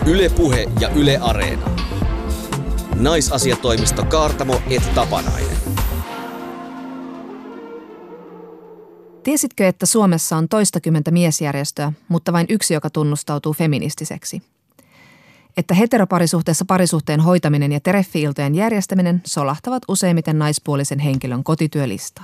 Yle Puhe ja Yle Areena. Naisasiatoimisto Kaartamo et Tapanainen. Tiesitkö, että Suomessa on toistakymmentä miesjärjestöä, mutta vain yksi, joka tunnustautuu feministiseksi? Että heteroparisuhteessa parisuhteen hoitaminen ja tereffi-iltojen järjestäminen solahtavat useimmiten naispuolisen henkilön kotityölistaan.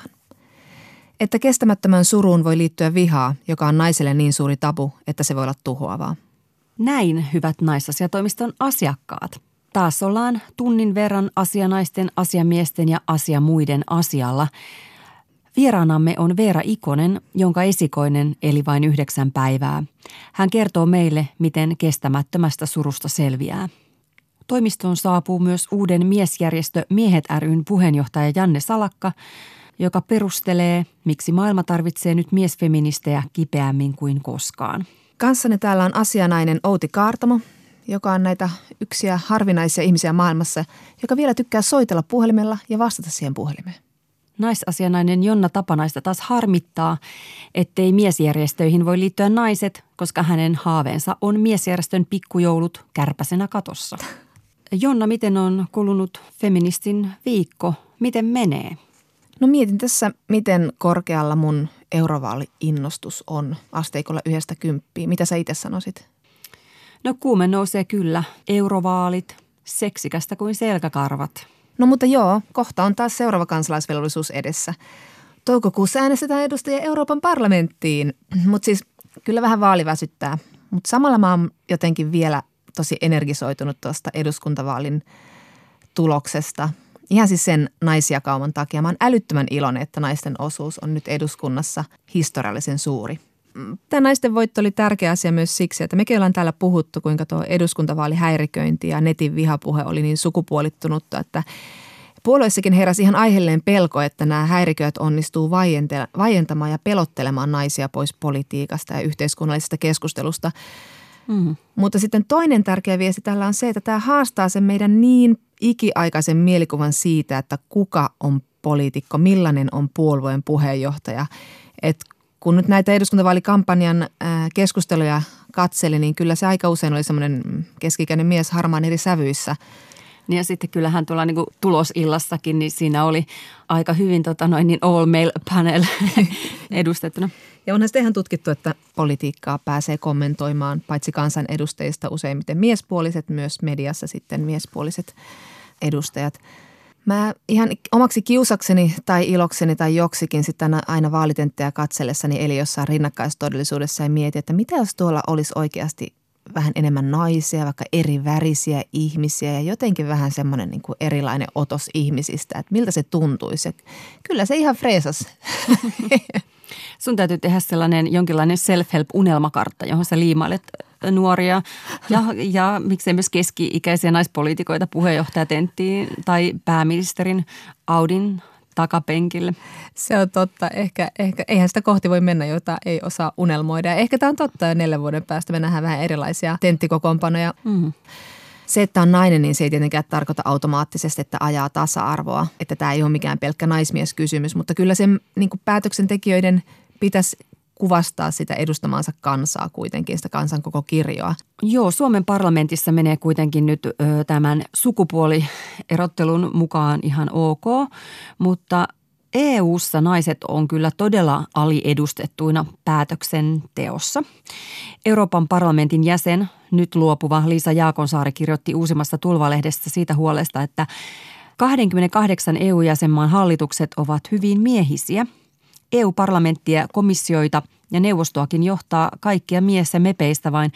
Että kestämättömän suruun voi liittyä vihaa, joka on naiselle niin suuri tabu, että se voi olla tuhoavaa. Näin, hyvät naisasiatoimiston asiakkaat. Taas ollaan tunnin verran asianaisten, asiamiesten ja asiamuiden asialla. Vieraanamme on Veera Ikonen, jonka esikoinen eli vain 9 päivää. Hän kertoo meille, miten kestämättömästä surusta selviää. Toimistoon saapuu myös uuden miesjärjestö Miehet ry:n puheenjohtaja Janne Salakka, joka perustelee, miksi maailma tarvitsee nyt miesfeministejä kipeämmin kuin koskaan. Kanssani täällä on asianainen Outi Kaartamo, joka on näitä yksiä harvinaisia ihmisiä maailmassa, joka vielä tykkää soitella puhelimella ja vastata siihen puhelimeen. Naisasianainen Jonna Tapanaista taas harmittaa, ettei miesjärjestöihin voi liittyä naiset, koska hänen haaveensa on miesjärjestön pikkujoulut kärpäsenä katossa. Jonna, miten on kulunut feministin viikko? Miten menee? No mietin tässä, miten korkealla mun eurovaali-innostus on asteikolla 1–10. Mitä sä itse sanoisit? No kuume nousee kyllä. Eurovaalit, seksikästä kuin selkäkarvat. No mutta joo, kohta on taas seuraava kansalaisvelvollisuus edessä. Toukokuussa äänestetään edustajia Euroopan parlamenttiin, mutta siis kyllä vähän vaali väsyttää. Mutta samalla mä oon jotenkin vielä tosi energisoitunut tuosta eduskuntavaalin tuloksesta. Ihan siis sen naisjakauman takia. Mä oon älyttömän iloinen, että naisten osuus on nyt eduskunnassa historiallisen suuri. Tämä naisten voitto oli tärkeä asia myös siksi, että mekin ollaan täällä puhuttu, kuinka tuo eduskuntavaalihäiriköinti ja netin vihapuhe oli niin sukupuolittunutta, että puolueissakin heräsi ihan aiheelleen pelko, että nämä häiriköt onnistuu vaientamaan ja pelottelemaan naisia pois politiikasta ja yhteiskunnallisesta keskustelusta. Mutta sitten toinen tärkeä viesti tällä on se, että tämä haastaa sen meidän niin ikiaikaisen mielikuvan siitä, että kuka on poliitikko, millainen on puolueen puheenjohtaja. Että kun nyt näitä eduskuntavaalikampanjan keskusteluja katseli, niin kyllä se aika usein oli semmoinen keski-ikäinen mies harmaan eri sävyissä. Ja sitten kyllähän tuolla niin kuin tulosillassakin, niin siinä oli aika hyvin niin all male panel edustettuna. Ja onhan sitten ihan tutkittu, että politiikkaa pääsee kommentoimaan paitsi kansanedustajista useimmiten miespuoliset, myös mediassa sitten miespuoliset edustajat. Mä ihan omaksi kiusakseni tai ilokseni tai joksikin sitten aina vaalitenttejä katsellessani eli jossain rinnakkaistodellisuudessa ja mietin, että mitä jos tuolla olisi oikeasti vähän enemmän naisia, vaikka eri värisiä ihmisiä ja jotenkin vähän semmoinen niin kuin erilainen otos ihmisistä, että miltä se tuntuisi. Kyllä se ihan freesas. Sun täytyy tehdä sellainen jonkinlainen self-help-unelmakartta, johon sä liimailet nuoria ja miksei myös keski-ikäisiä naispoliitikoita puheenjohtajatenttiin tai pääministerin Audin takapenkille. Se on totta. Ehkä eihän sitä kohti voi mennä, jota ei osaa unelmoida. Ja ehkä tämä on totta, jo 4 vuoden päästä me nähdään vähän erilaisia tenttikokoonpanoja. Se, että on nainen, niin se ei tietenkään tarkoita automaattisesti, että ajaa tasa-arvoa. Että tämä ei ole mikään pelkkä naismieskysymys, mutta kyllä sen niin kuin päätöksentekijöiden pitäisi kuvastaa sitä edustamaansa kansaa kuitenkin, sitä kansan koko kirjoa. Joo, Suomen parlamentissa menee kuitenkin nyt tämän sukupuolierottelun mukaan ihan ok, mutta EU:ssa naiset on kyllä todella aliedustettuina päätöksenteossa. Euroopan parlamentin jäsen, nyt luopuva Liisa Jaakonsaari kirjoitti uusimmassa Tulva-lehdessä siitä huolesta, että 28 EU-jäsenmaan hallitukset ovat hyvin miehisiä. EU-parlamenttia, komissioita ja neuvostoakin johtaa kaikkia mies- ja mepeistä vain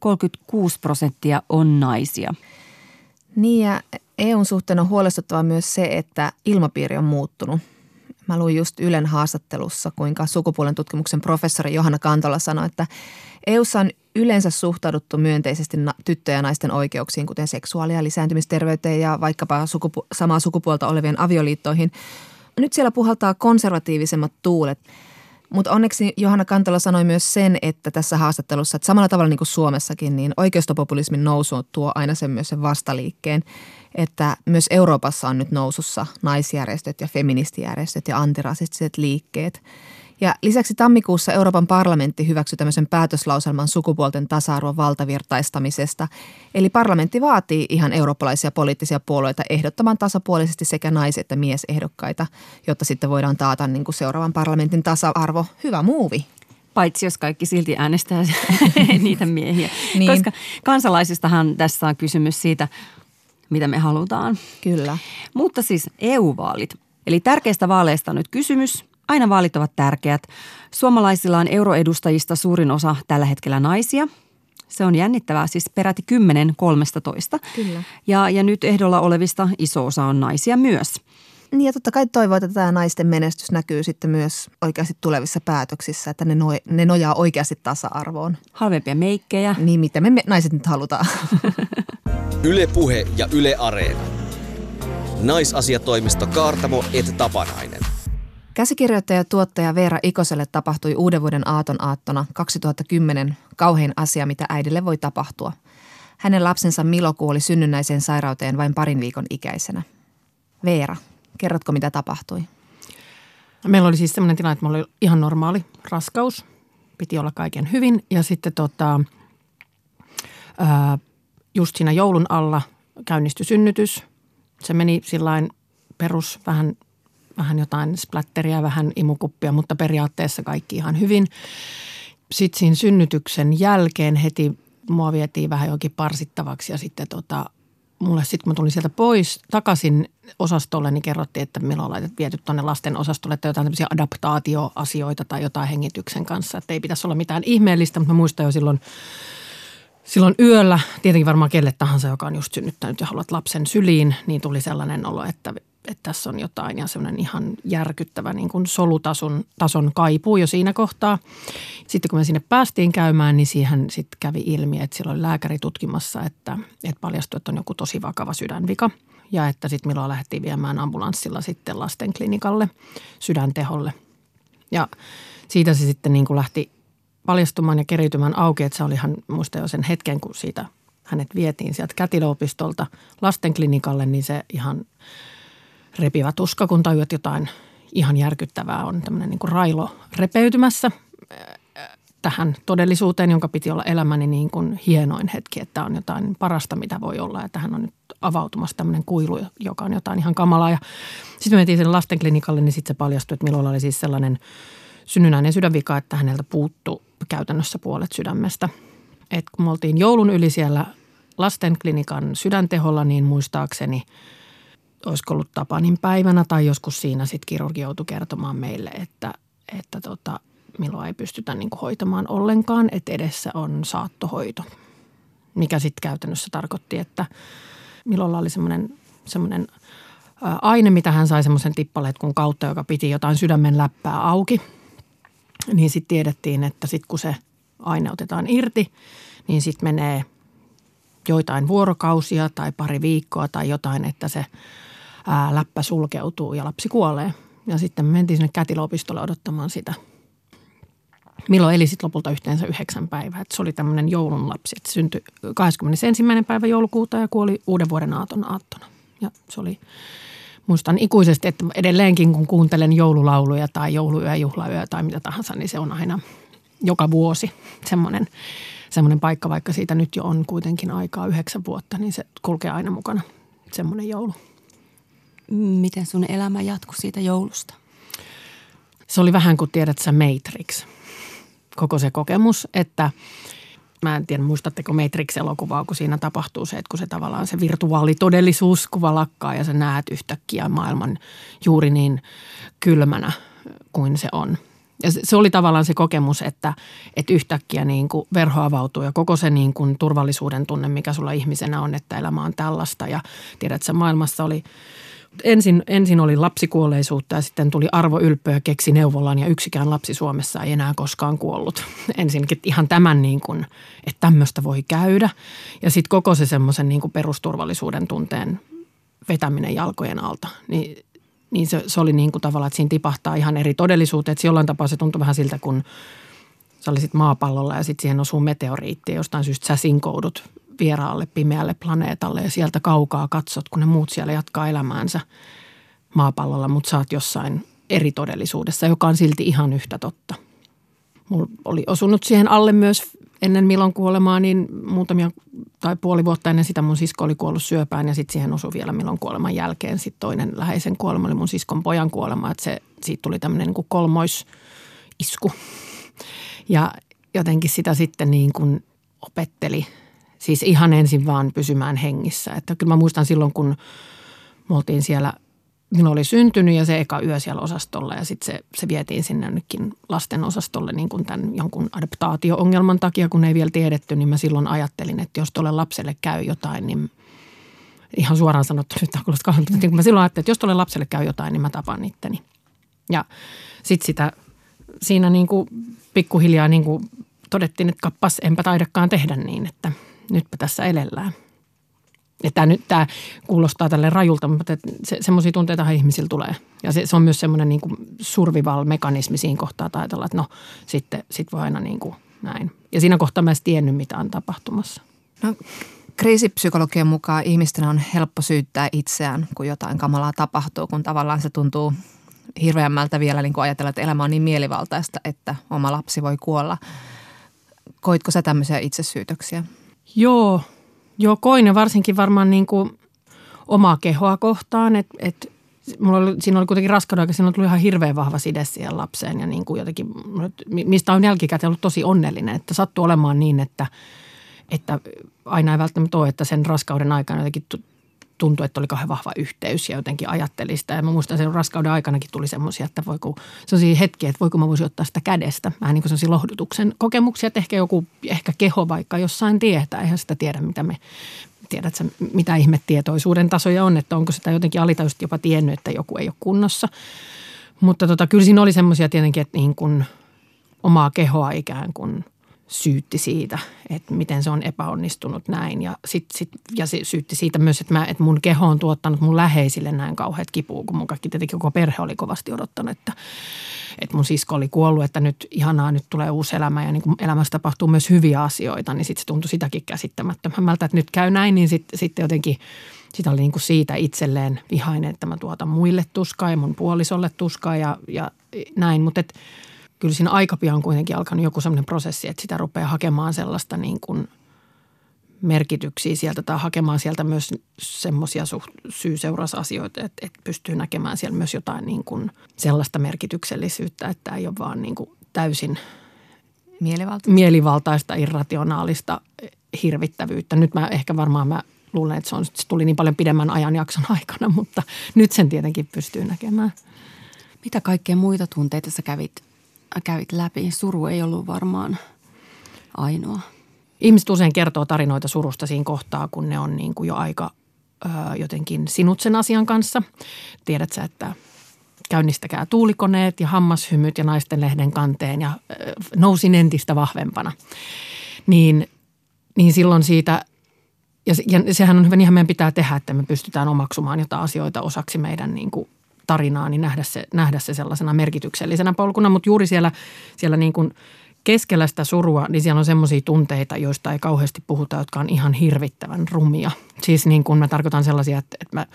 36% on naisia. Niin ja EUn suhteen on huolestuttavaa myös se, että ilmapiiri on muuttunut. Mä luin just Ylen haastattelussa, kuinka sukupuolen tutkimuksen professori Johanna Kantola sanoi, että EUssa on yleensä suhtauduttu myönteisesti tyttöjen ja naisten oikeuksiin, kuten seksuaali- ja lisääntymisterveyteen ja vaikkapa samaa sukupuolta olevien avioliittoihin. Nyt siellä puhaltaa konservatiivisemmat tuulet, mutta onneksi Johanna Kantola sanoi myös sen, että tässä haastattelussa, että samalla tavalla niin kuin Suomessakin, niin oikeistopopulismin nousu tuo aina myös sen vastaliikkeen, että myös Euroopassa on nyt nousussa naisjärjestöt ja feministijärjestöt ja antirasistiset liikkeet. Ja lisäksi tammikuussa Euroopan parlamentti hyväksyi tämmöisen päätöslauselman sukupuolten tasa-arvon valtavirtaistamisesta. Eli parlamentti vaatii ihan eurooppalaisia poliittisia puolueita ehdottamaan tasapuolisesti sekä nais- että miesehdokkaita, jotta sitten voidaan taata niin kuin seuraavan parlamentin tasa-arvo. Hyvä muuvi. Paitsi jos kaikki silti äänestää niitä miehiä. Niin. Koska kansalaisistahan tässä on kysymys siitä, mitä me halutaan. Kyllä. Mutta siis EU-vaalit. Eli tärkeistä vaaleista on nyt kysymys. Aina vaalit ovat tärkeät. Suomalaisilla on euroedustajista suurin osa tällä hetkellä naisia. Se on jännittävää, siis peräti 10-13. Kyllä. Ja nyt ehdolla olevista iso osa on naisia myös. Niin ja totta kai toivoo, että tämä naisten menestys näkyy sitten myös oikeasti tulevissa päätöksissä, että ne nojaa oikeasti tasa-arvoon. Halvempia meikkejä. Niin mitä me naiset nyt halutaan. Yle Puhe ja Yle Areena. Naisasiatoimisto Kaartamo et Tapanainen. Käsikirjoittaja ja tuottaja Veera Ikoselle tapahtui uudenvuoden aattona 2010 kauhein asia, mitä äidille voi tapahtua. Hänen lapsensa Milo kuoli synnynnäiseen sairauteen vain parin viikon ikäisenä. Veera, kerrotko mitä tapahtui? Meillä oli siis sellainen tilanne, että mulla oli ihan normaali raskaus. Piti olla kaiken hyvin ja sitten just siinä joulun alla käynnistyi synnytys. Se meni sillain perus vähän jotain splatteria, vähän imukuppia, mutta periaatteessa kaikki ihan hyvin. Sitten siinä synnytyksen jälkeen heti mua vietiin vähän jokin parsittavaksi ja sitten mulle sitten kun mä tulin sieltä pois takaisin osastolle, niin kerrottiin, että meillä on viety tuonne lasten osastolle, että jotain tämmöisiä adaptaatioasioita tai jotain hengityksen kanssa, että ei pitäisi olla mitään ihmeellistä, mutta mä muistan jo silloin yöllä, tietenkin varmaan kelle tahansa, joka on just synnyttänyt ja haluat lapsen syliin, niin tuli sellainen olo, että tässä on jotain ja sellainen ihan järkyttävä niin kuin solutason kaipuu jo siinä kohtaa. Sitten kun me sinne päästiin käymään, niin siihen sitten kävi ilmi, että siellä oli lääkäri tutkimassa, että paljastui, että on joku tosi vakava sydänvika. Ja että sitten milloin lähdettiin viemään ambulanssilla sitten lastenklinikalle sydänteholle. Ja siitä se sitten niin kuin lähti paljastumaan ja keriytymään auki, että se oli ihan muista jo sen hetken, kun siitä hänet vietiin sieltä kätilöopistolta lastenklinikalle, niin se ihan repivä tuska, kun tajuat jotain ihan järkyttävää, on tämmöinen niin kuin railo repeytymässä tähän todellisuuteen, jonka piti olla elämäni niin kuin hienoin hetki, että on jotain parasta, mitä voi olla. Ja tähän on nyt avautumassa tämmöinen kuilu, joka on jotain ihan kamalaa. Ja sitten me mentiin sen lastenklinikalle, niin sitten se paljastui, että Milolla oli siis sellainen synnynnäinen sydänvika, että häneltä puuttui käytännössä puolet sydämestä. Et kun me oltiin joulun yli siellä lastenklinikan sydänteholla, niin muistaakseni olisiko ollut Tapanin päivänä tai joskus siinä sitten kirurgi joutui kertomaan meille, että Miloa ei pystytä niin kuin hoitamaan ollenkaan, että edessä on saattohoito. Mikä sitten käytännössä tarkoitti, että Milolla oli semmoinen aine, mitä hän sai semmoisen tippaletkun kautta, joka piti jotain sydämen läppää auki. Niin sitten tiedettiin, että sitten kun se aine otetaan irti, niin sitten menee joitain vuorokausia tai pari viikkoa tai jotain, että se läppä sulkeutuu ja lapsi kuolee. Ja sitten me mentiin sinne kätilöopistolle odottamaan sitä. Milo eli sitten lopulta yhteensä 9 päivää. Et se oli tämmöinen joulun lapsi. Et se syntyi 21. päivä joulukuuta ja kuoli uuden vuoden aattona. Ja se oli, muistan ikuisesti, että edelleenkin kun kuuntelen joululauluja tai jouluyö, juhlayö tai mitä tahansa, niin se on aina joka vuosi semmoinen paikka, vaikka siitä nyt jo on kuitenkin aikaa 9 vuotta, niin se kulkee aina mukana semmoinen joulu. Miten sun elämä jatkui siitä joulusta? Se oli vähän kuin tiedät sä Matrix. Koko se kokemus, että mä en tiedä muistatteko Matrix-elokuvaa, kun siinä tapahtuu se, että kun se tavallaan se virtuaalitodellisuuskuva lakkaa ja sä näet yhtäkkiä maailman juuri niin kylmänä kuin se on. Ja se oli tavallaan se kokemus, että yhtäkkiä niin kuin verho avautuu ja koko se niin kuin turvallisuuden tunne, mikä sulla ihmisenä on, että elämä on tällaista. Ja tiedät, että maailmassa oli, ensin oli lapsikuolleisuutta ja sitten tuli arvoylppö ja keksi neuvolan ja yksikään lapsi Suomessa ei enää koskaan kuollut. Ensinnäkin ihan tämän niin kuin, että tämmöistä voi käydä ja sitten koko se semmoisen niin kuin perusturvallisuuden tunteen vetäminen jalkojen alta, niin se oli niin kuin tavallaan, että siinä tipahtaa ihan eri todellisuuteen. Että jollain tapaa se tuntui vähän siltä, kun sä olisit maapallolla ja sitten siihen osuu meteoriitti ja jostain syystä sä sinkoudut vieraalle pimeälle planeetalle ja sieltä kaukaa katsot, kun ne muut siellä jatkaa elämäänsä maapallolla, mutta sä oot jossain eri todellisuudessa, joka on silti ihan yhtä totta. Mulla oli osunut siihen alle myös ennen Milon kuolemaa, niin muutamia tai puoli vuotta ennen sitä mun sisko oli kuollut syöpään ja sitten siihen osui vielä Milon kuoleman jälkeen. Sitten toinen läheisen kuolema oli mun siskon pojan kuolema, että siitä tuli tämmöinen niin kuin kolmoisisku. Ja jotenkin sitä sitten niin kuin opetteli, siis ihan ensin vaan pysymään hengissä. Että kyllä mä muistan silloin, kun me oltiin siellä, Milo oli syntynyt ja se eka yö siellä osastolla ja sitten se vietiin sinne nytkin lasten osastolle niin kuin tämän jonkun adaptaatio-ongelman takia, kun ei vielä tiedetty, niin mä silloin ajattelin, että jos tuolle lapselle käy jotain, niin ihan suoraan sanottu, nyt kun mä silloin ajattelin, että jos tuolle lapselle käy jotain, niin mä tapan itteni. Ja sitten siinä niin kuin pikkuhiljaa niin kuin todettiin, että kappas, enpä taidakaan tehdä niin, että nytpä tässä elellään. Tämä kuulostaa tälle rajulta, mutta semmoisia tunteitahan ihmisillä tulee. Ja se on myös semmoinen niin kuin survival-mekanismi siinä kohtaa, että ajatellaan, että no sitten voi aina niin kuin näin. Ja siinä kohtaa mä en tiennyt, mitä on tapahtumassa. No, kriisipsykologian mukaan ihmisten on helppo syyttää itseään, kun jotain kamalaa tapahtuu, kun tavallaan se tuntuu hirveämmältä vielä niin kuin ajatella, että elämä on niin mielivaltaista, että oma lapsi voi kuolla. Koitko sä tämmöisiä itsesyytöksiä? Joo, koin ja varsinkin varmaan niin kuin omaa kehoa kohtaan, että siinä oli kuitenkin raskauden aika, siinä tuli ihan hirveän vahva side siihen lapseen ja niin kuin jotenkin, mistä on jälkikäteen ollut tosi onnellinen, että sattui olemaan niin, että aina ei välttämättä ole, että sen raskauden aikana jotenkin tuntui, että oli kauhean vahva yhteys ja jotenkin ajatteli sitä. Ja mä muistan, sen raskauden aikanakin tuli semmoisia, että sellaisia hetkiä, että voiko mä voisin ottaa sitä kädestä. Vähän niin kuin sellaisia lohdutuksen kokemuksia, että ehkä keho vaikka jossain tietää. Eihän sitä tiedä, tiedätkö, mitä ihmetietoisuuden tasoja on, että onko sitä jotenkin alitajuisesti jopa tiennyt, että joku ei ole kunnossa. Mutta kyllä siinä oli semmoisia tietenkin, että niin kuin omaa kehoa ikään kuin syytti siitä, että miten se on epäonnistunut näin. Ja se syytti siitä myös, että mun keho on tuottanut mun läheisille näin kauheat kipua, kun mun kaikki tietenkin koko perhe oli kovasti odottanut, että mun sisko oli kuollut, että nyt ihanaa, nyt tulee uusi elämä ja niin kun elämässä tapahtuu myös hyviä asioita, niin sitten se tuntui sitäkin käsittämättömämmältä, että nyt käy näin, niin sitten jotenkin sitä oli niin kuin siitä itselleen vihainen, että mä tuotan muille tuskaa ja mun puolisolle tuskaa ja näin, mutta kyllä siinä aika pian kuitenkin alkanut joku sellainen prosessi, että sitä rupeaa hakemaan sellaista niin kuin merkityksiä sieltä tai hakemaan sieltä myös semmoisia syy-seurausasioita, että pystyy näkemään siellä myös jotain niin kuin sellaista merkityksellisyyttä, että ei ole vaan niin kuin täysin mielivaltaista, irrationaalista hirvittävyyttä. Nyt mä luulen, että se tuli niin paljon pidemmän ajanjakson aikana, mutta nyt sen tietenkin pystyy näkemään. Mitä kaikkea muita tunteita sä kävit läpi? Suru ei ollut varmaan ainoa. Ihmiset usein kertoo tarinoita surusta siinä kohtaa, kun ne on niin kuin jo aika jotenkin sinut sen asian kanssa. Tiedät sä, että käynnistäkää tuulikoneet ja hammashymyt ja naisten lehden kanteen ja nousin entistä vahvempana. Niin silloin siitä, ja sehän on hyvä, niinhän meidän pitää tehdä, että me pystytään omaksumaan jotain asioita osaksi meidän niin kuin tarinaa, niin nähdä se sellaisena merkityksellisenä polkuna, mutta juuri siellä niin kuin keskellä sitä surua, niin siellä on semmoisia tunteita, joista ei kauheasti puhuta, jotka on ihan hirvittävän rumia. Siis niin kuin mä tarkoitan sellaisia, että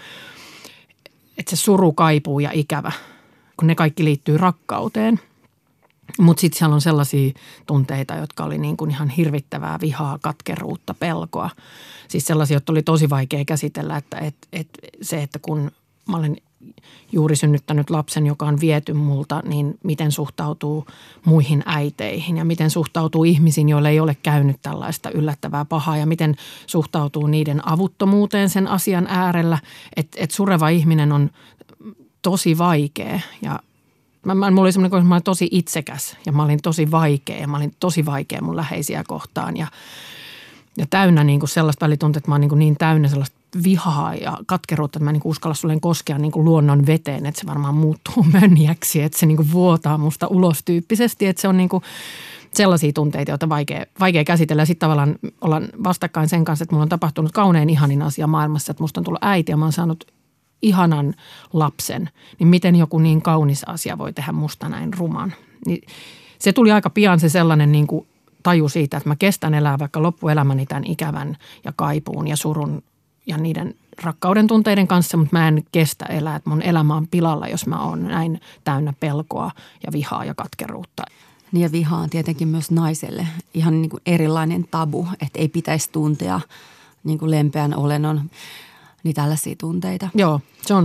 se suru, kaipuu ja ikävä, kun ne kaikki liittyy rakkauteen. Mutta sitten siellä on sellaisia tunteita, jotka oli niin kuin ihan hirvittävää vihaa, katkeruutta, pelkoa. Siis sellaisia, jotka oli tosi vaikea käsitellä, että kun mä olen juuri synnyttänyt lapsen, joka on viety multa, niin miten suhtautuu muihin äiteihin ja miten suhtautuu ihmisiin, joille ei ole käynyt tällaista yllättävää pahaa ja miten suhtautuu niiden avuttomuuteen sen asian äärellä, että sureva ihminen on tosi vaikea ja mulla oli semmoinen, että mä olin tosi itsekäs ja mä olin tosi vaikea ja mä olin tosi vaikea mun läheisiä kohtaan ja täynnä niin kuin sellaista välituntia, että mä oon niin täynnä sellaista vihaa ja katkeruutta, että mä en uskalla sulle koskea niin kuin luonnon veteen, että se varmaan muuttuu mönjäksi, että se niin kuin vuotaa musta ulos tyyppisesti, että se on niin kuin sellaisia tunteita, joita vaikea käsitellä ja sitten tavallaan ollaan vastakkain sen kanssa, että mulla on tapahtunut kaunein ihanin asia maailmassa, että musta on tullut äiti ja mä oon saanut ihanan lapsen, niin miten joku niin kaunis asia voi tehdä musta näin ruman. Niin se tuli aika pian se sellainen niin kuin taju siitä, että mä kestän elää vaikka loppuelämäni tämän ikävän ja kaipuun ja surun ja niiden rakkauden tunteiden kanssa, mutta mä en kestä elää, että mun elämä on pilalla, jos mä oon näin täynnä pelkoa ja vihaa ja katkeruutta. Niin ja viha on tietenkin myös naiselle ihan niin kuin erilainen tabu, että ei pitäisi tuntea niin kuin lempeän olennon niin tällaisia tunteita. Joo,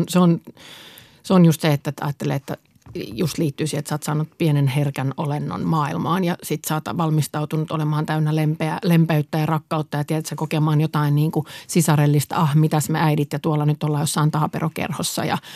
se on just se, että ajattelee, että just liittyy siihen, että sä oot saanut pienen herkän olennon maailmaan ja sit sä oot valmistautunut olemaan täynnä lempeyttä ja rakkautta ja tiedät sä kokemaan jotain niin kuin sisarellista, mitäs me äidit ja tuolla nyt ollaan jossain tahaperokerhossa ja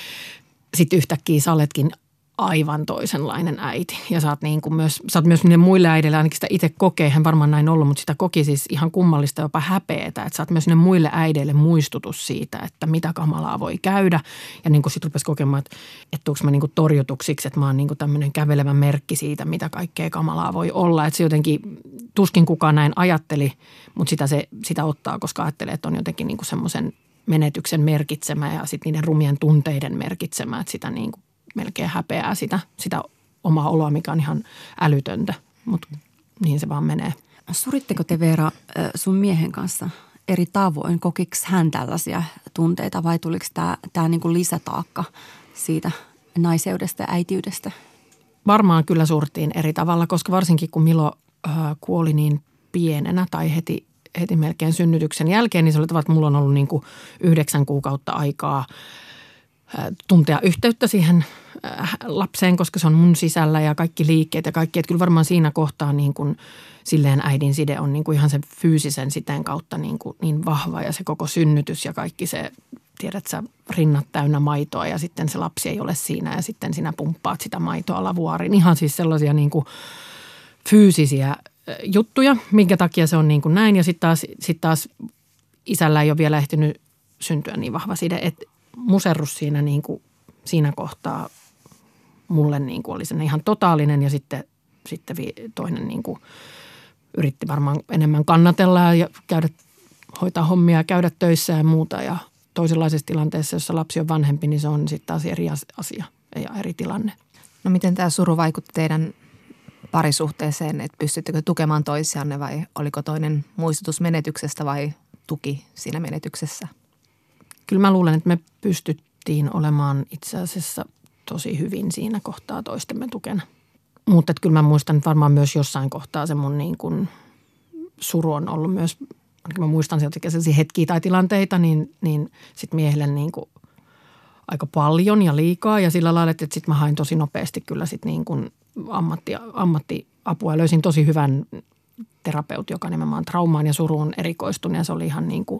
sit yhtäkkiä sä oletkin aivan toisenlainen äiti. Ja sä oot myös niille muille äidille, ainakin sitä itse kokee, hän varmaan näin ollut, mutta sitä koki siis ihan kummallista, jopa häpeetä. Että sä oot myös niille muille äideille muistutus siitä, että mitä kamalaa voi käydä. Ja niin kuin sit rupesi kokemaan, että tuuks mä niin kuin torjutuksiksi, että mä oon niin kuin tämmöinen kävelevä merkki siitä, mitä kaikkea kamalaa voi olla. Että se jotenkin, tuskin kukaan näin ajatteli, mutta sitä ottaa, koska ajattelee, että on jotenkin niin kuin semmoisen menetyksen merkitsemä ja sitten niiden rumien tunteiden merkitsemä, että sitä niin kuin melkein häpeää sitä omaa oloa, mikä on ihan älytöntä, mutta niin se vaan menee. Suritteko te, Veera, sun miehen kanssa eri tavoin? Kokiks hän tällaisia tunteita vai tuliko tämä niin kuin lisätaakka siitä naiseudesta ja äitiydestä? Varmaan kyllä surtiin eri tavalla, koska varsinkin kun Milo kuoli niin pienenä tai heti melkein synnytyksen jälkeen, niin se oli tavallaan, että mulla on ollut niin kuin 9 kuukautta aikaa tuntea yhteyttä siihen lapseen, koska se on mun sisällä ja kaikki liikkeet ja kaikki. Että kyllä varmaan siinä kohtaa niin kuin silleen äidin side on niin kuin ihan sen fyysisen siteen kautta niin vahva ja se koko synnytys ja kaikki se, tiedät sä, rinnat täynnä maitoa ja sitten se lapsi ei ole siinä ja sitten sinä pumppaat sitä maitoa lavuaariin. Ihan siis sellaisia niin kuin fyysisiä juttuja, minkä takia se on niin kuin näin ja sitten taas isällä ei ole vielä ehtinyt syntyä niin vahva side, että muserrus siinä kohtaa mulle niin kuin oli sen ihan totaalinen ja sitten toinen niin kuin yritti varmaan enemmän kannatella ja hoitaa hommia ja käydä töissä ja muuta. Ja toisenlaisessa tilanteessa, jossa lapsi on vanhempi, niin se on sitten taas eri asia ja eri tilanne. No miten tämä suru vaikutti teidän parisuhteeseen, että pystyttekö tukemaan toisianne vai oliko toinen muistutus menetyksestä vai tuki siinä menetyksessä? Kyllä mä luulen, että me pystyttiin olemaan itse asiassa tosi hyvin siinä kohtaa toistemme tukena. Mutta kyllä mä muistan, että varmaan myös jossain kohtaa se mun niin kuin suru on ollut myös, ainakin mä muistan sieltä sellaisia hetkiä tai tilanteita, niin sitten miehelle niin kuin aika paljon ja liikaa. Ja sillä lailla, että sitten mä hain tosi nopeasti kyllä sitten niin kuin ammattiapua ja löysin tosi hyvän terapeutin, joka nimenomaan traumaan ja suruun erikoistunut ja se oli ihan niin kuin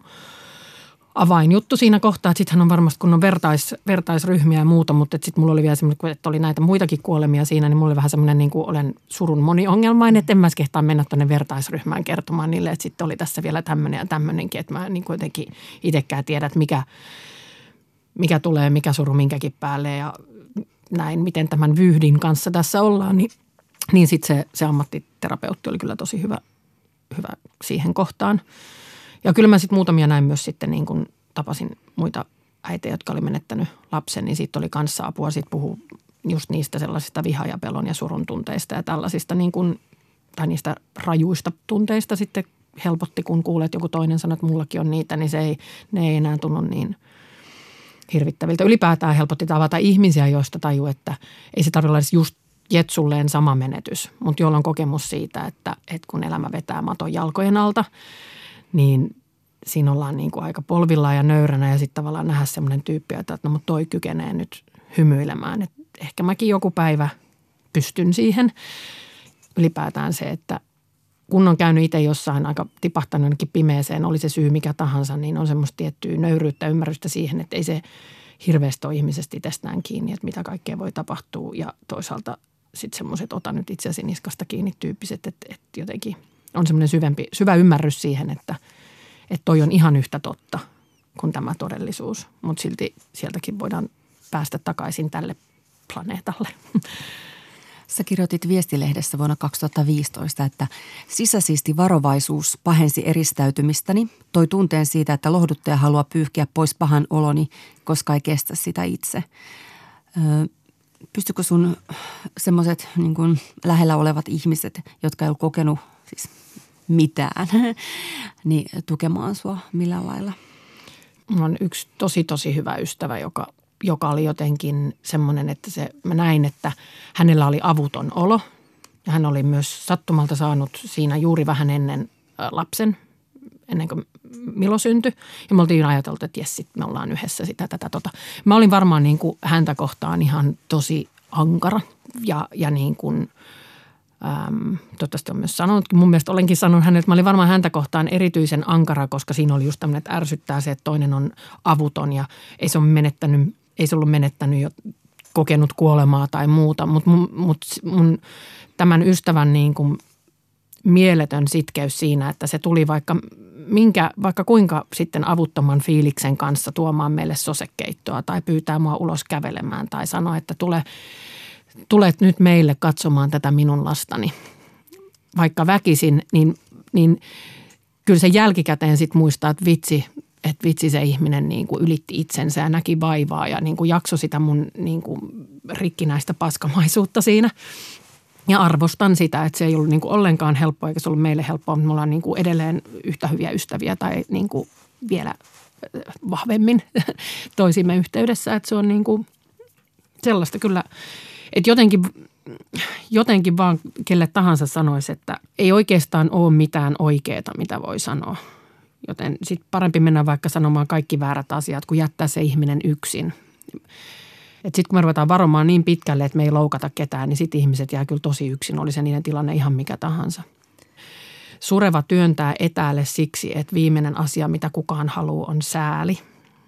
avainjuttu siinä kohtaa, että sittenhän on varmasti, kun on vertaisryhmiä ja muuta, mutta sitten mulla oli vielä semmoinen, että oli näitä muitakin kuolemia siinä, niin mulla oli vähän semmoinen, niin kuin olen surun moniongelmainen, että en mä kehtaa mennä tuonne vertaisryhmään kertomaan niille, että sitten oli tässä vielä tämmöinen ja tämmöinenkin, että mä niin kuin jotenkin itsekään tiedän, että mikä tulee, mikä suru minkäkin päälle ja näin, miten tämän vyyhdin kanssa tässä ollaan, niin sitten se ammattiterapeutti oli kyllä tosi hyvä siihen kohtaan. Ja kyllä mä sitten muutamia näin myös sitten niin kun tapasin muita äitejä, jotka oli menettänyt lapsen, niin siitä oli kanssa apua. Sitten puhuu just niistä sellaisista viha- ja pelon ja surun tunteista ja tällaisista niin kun, tai niistä rajuista tunteista sitten helpotti, kun kuulet joku toinen sanoo, että mullakin on niitä, niin ne ei enää tunnu niin hirvittäviltä. Ylipäätään helpotti tavata ihmisiä, joista tajuu, että ei se tarvitse olla just jetsulleen sama menetys, mutta jolla on kokemus siitä, että kun elämä vetää maton jalkojen alta, niin siinä ollaan niin kuin aika polvillaan ja nöyränä ja sitten tavallaan nähdä semmoinen tyyppi, että no mutta toi kykenee nyt hymyilemään. Että ehkä mäkin joku päivä pystyn siihen. Ylipäätään se, että kun on käynyt itse jossain aika tipahtanut jonnekin pimeeseen, oli se syy mikä tahansa, niin on semmoista tiettyä nöyryyttä, ymmärrystä siihen, että ei se hirveästi ole ihmisestä itsestään kiinni, että mitä kaikkea voi tapahtua. Ja toisaalta sitten semmoiset ota nyt itseäsi niskasta kiinni tyyppiset, että jotenkin on semmoinen syvä ymmärrys siihen, että toi on ihan yhtä totta kuin tämä todellisuus. Mutta silti sieltäkin voidaan päästä takaisin tälle planeetalle. Sä kirjoitit Viestilehdessä vuonna 2015, että sisäsiisti varovaisuus pahensi eristäytymistäni, toi tunteen siitä, että lohduttaja haluaa pyyhkiä pois pahan oloni, koska ei kestä sitä itse. Pystykö sun semmoiset niin kuin lähellä olevat ihmiset, jotka ei ole kokenut siis mitään, niin tukemaan sua millään lailla? mulla on yksi tosi hyvä ystävä, joka oli jotenkin semmoinen, että mä näin, että hänellä oli avuton olo. Ja hän oli myös sattumalta saanut siinä juuri vähän ennen lapsen, ennen kuin Milo syntyi. Ja me oltiin ajateltu, että jes, me ollaan yhdessä sitä, tätä. Mä olin varmaan niin kuin häntä kohtaan ihan tosi ankara ja niin kuin, toivottavasti on myös sanonut, mun mielestä olenkin sanonut hänelle, että mä olin varmaan häntä kohtaan erityisen ankara, koska siinä oli just tämmöinen, että ärsyttää se, että toinen on avuton ja ei se ollut menettänyt jo kokenut kuolemaa tai muuta, mutta mun tämän ystävän niin kuin mieletön sitkeys siinä, että se tuli vaikka kuinka sitten avuttoman fiiliksen kanssa tuomaan meille sosekeittoa tai pyytää mua ulos kävelemään tai sanoa, että tulet nyt meille katsomaan tätä minun lastani. Vaikka väkisin, niin kyllä se jälkikäteen sitten muistaa, että vitsi se ihminen niin kuin ylitti itsensä ja näki vaivaa ja niin kuin jaksoi sitä mun niin kuin rikkinäistä paskamaisuutta siinä. Ja arvostan sitä, että se ei ollut niin kuin ollenkaan helppoa eikä se ollut meille helppoa, mutta me ollaan niin kuin edelleen yhtä hyviä ystäviä tai niin kuin vielä vahvemmin toisimme yhteydessä. Että se on niin kuin sellaista kyllä, että jotenkin vaan kelle tahansa sanoisi, että ei oikeastaan ole mitään oikeaa, mitä voi sanoa. Joten sitten parempi mennä vaikka sanomaan kaikki väärät asiat, kuin jättää se ihminen yksin. Sitten kun me ruvetaan varomaan niin pitkälle, että me ei loukata ketään, niin sitten ihmiset jää kyllä tosi yksin. Oli se niiden tilanne ihan mikä tahansa. Sureva työntää etäälle siksi, että viimeinen asia, mitä kukaan haluaa, on sääli.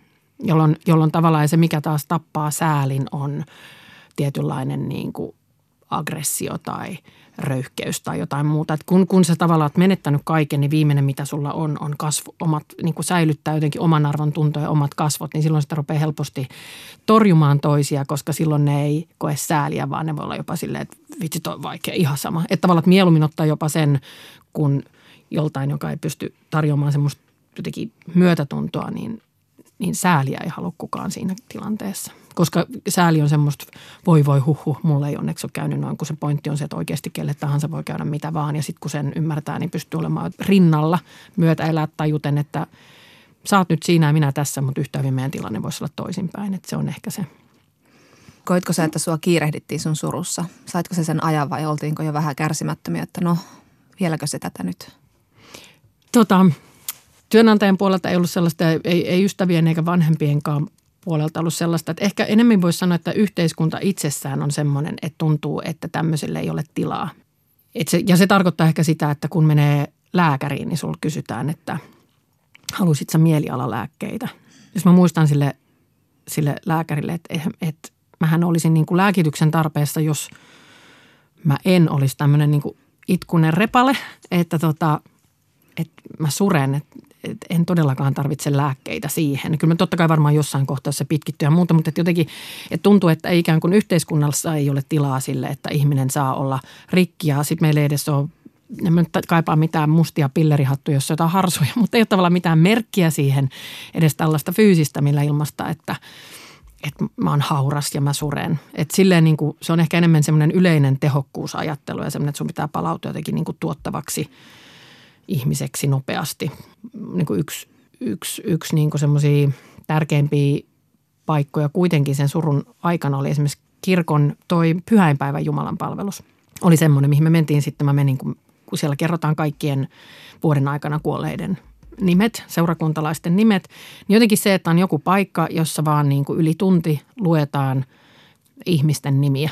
Jolloin tavallaan se, mikä taas tappaa säälin, on tietynlainen niin kuin aggressio tai röyhkeys tai jotain muuta. Et kun sä tavallaan oot menettänyt kaiken, niin viimeinen mitä sulla on omat, niin kuin säilyttää jotenkin oman arvon tuntoa ja omat kasvot, niin silloin sitä rupeaa helposti torjumaan toisia, koska silloin ne ei koe sääliä, vaan ne voi olla jopa silleen, että vitsi toi on vaikea, ihan sama. Että tavallaan että mieluummin ottaa jopa sen, kun joltain, joka ei pysty tarjoamaan semmoista jotenkin myötätuntoa, niin sääliä ei halua kukaan siinä tilanteessa. Koska sääli on semmoista voi mulle ei onneksi ole käynyt noin, kun se pointti on se, että oikeasti kelle tahansa voi käydä mitä vaan. Ja sitten kun sen ymmärtää, niin pystyy olemaan rinnalla myötäelää tajuten, että sä oot nyt siinä ja minä tässä, mutta yhtä hyvin meidän tilanne voisi olla toisinpäin. Että se on ehkä se. Koitko sä, että sua kiirehdittiin sun surussa? Saitko se sen ajan vai oltiinko jo vähän kärsimättömiä, että no vieläkö se tätä nyt? Työnantajan puolelta ei ollut sellaista, ei ystävien eikä vanhempienkaan puolelta ollut sellaista, että ehkä enemmän voisi sanoa, että yhteiskunta itsessään on semmoinen, että tuntuu, että tämmöiselle ei ole tilaa. Ja se tarkoittaa ehkä sitä, että kun menee lääkäriin, niin sulla kysytään, että haluaisit sä mielialalääkkeitä. Jos mä muistan sille lääkärille, että mähän olisin niin kuin lääkityksen tarpeessa, jos mä en olisi tämmöinen niin kuin itkunen repale, että mä suren, että en todellakaan tarvitse lääkkeitä siihen. Kyllä me totta kai varmaan jossain kohtaa se pitkittyy ja muuta, mutta että jotenkin että tuntuu, että ikään kuin yhteiskunnassa ei ole tilaa sille, että ihminen saa olla rikki ja sitten meillä ei edes ole, en mä nyt kaipaa mitään mustia pillerihattuja, jos on jotain harsoja, mutta ei ole tavallaan mitään merkkiä siihen edes tällaista fyysistä, millä ilmaista, että mä oon hauras ja mä suren. Että silleen niin kuin, se on ehkä enemmän semmoinen yleinen tehokkuusajattelu ja semmoinen, että sun pitää palautua jotenkin niin kuin tuottavaksi ihmiseksi nopeasti. Niin kuin yksi niin kuin semmoisia tärkeimpiä paikkoja kuitenkin sen surun aikana oli esimerkiksi kirkon toi pyhäinpäivän Jumalan palvelus. Oli semmoinen, mihin me mentiin sitten. Mä menin, kun siellä kerrotaan kaikkien vuoden aikana kuolleiden nimet, seurakuntalaisten nimet. Niin jotenkin se, että on joku paikka, jossa vaan niin kuin yli tunti luetaan ihmisten nimiä.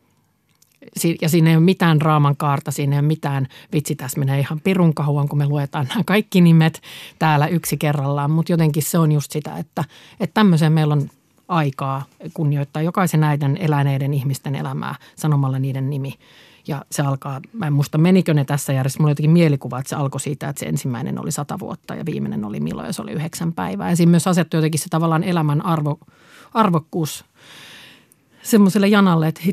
Ja siinä ei ole mitään draaman kaarta, siinä ei ole mitään, vitsi tässä menee ihan pirun kauan, kun me luetaan nämä kaikki nimet täällä yksi kerrallaan. Mutta jotenkin se on just sitä, että tämmöiseen meillä on aikaa kunnioittaa jokaisen näiden eläneiden ihmisten elämää sanomalla niiden nimi. Ja se alkaa, mä en muista menikö ne tässä järjestössä, mulla oli jotenkin mielikuva, että se alkoi siitä, että se ensimmäinen oli 100 vuotta ja viimeinen oli Milo ja se oli 9 päivää. Ja siinä myös asettui jotenkin se tavallaan elämän arvokkuus semmoiselle janalle, että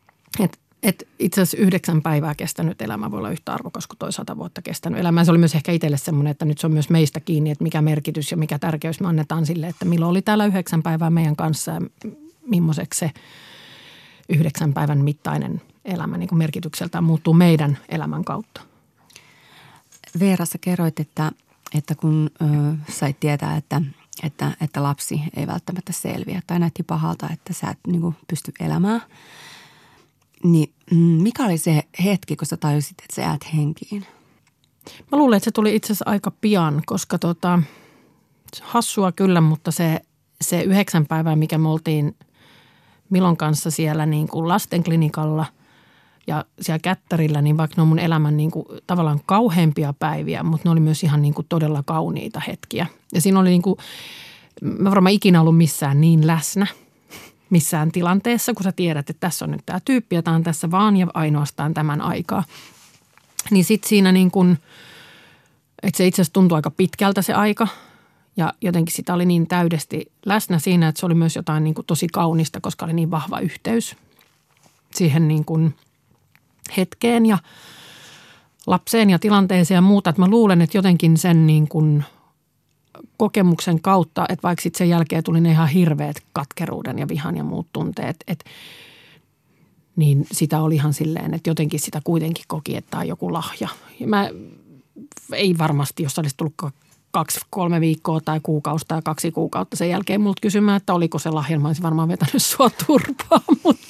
itse asiassa 9 päivää kestänyt elämä voi olla yhtä arvokas kuin toi 100 vuotta kestänyt elämä. Se oli myös ehkä itselle semmoinen, että nyt se on myös meistä kiinni, että mikä merkitys ja mikä tärkeys me annetaan sille, että Milo oli täällä 9 päivää meidän kanssa ja millaiseksi se 9 päivän mittainen elämä niin kuin merkitykseltään muuttuu meidän elämän kautta. Veera, sä kerroit, että kun sait tietää, että että lapsi ei välttämättä selviä tai näytti pahalta, että sä et niin kuin pysty elämään. Niin mikä oli se hetki, kun sä tajusit, että sä jäät henkiin? Mä luulen, että se tuli itse asiassa aika pian, koska hassua kyllä, mutta se 9 päivää, mikä me oltiin Milon kanssa siellä niin kuin lastenklinikalla ja siellä kättärillä, niin vaikka ne on mun elämän niin kuin tavallaan kauheimpia päiviä, mutta ne oli myös ihan niin kuin todella kauniita hetkiä. Ja siinä oli niin kuin, mä varmaan ikinä ollut missään niin läsnä missään tilanteessa, kun sä tiedät, että tässä on nyt tämä tyyppi ja tämä on tässä vaan ja ainoastaan tämän aikaa. Niin sitten siinä niin kuin, että se itse asiassa tuntui aika pitkältä se aika ja jotenkin sitä oli niin täydesti läsnä siinä, että se oli myös jotain niin kuin tosi kaunista, koska oli niin vahva yhteys siihen niin kuin hetkeen ja lapseen ja tilanteeseen ja muuta. Että mä luulen, että jotenkin sen niin kuin kokemuksen kautta, että vaikka sitten sen jälkeen tuli ne ihan hirveät katkeruuden ja vihan ja muut tunteet, niin sitä oli ihan silleen, että jotenkin sitä kuitenkin koki, että tämä on joku lahja. Ja mä ei varmasti, jos olisi tullut 2-3 viikkoa tai kuukausi tai 2 kuukautta sen jälkeen multa kysymään, että oliko se lahja, mä olisin varmaan vetänyt sua turpaan,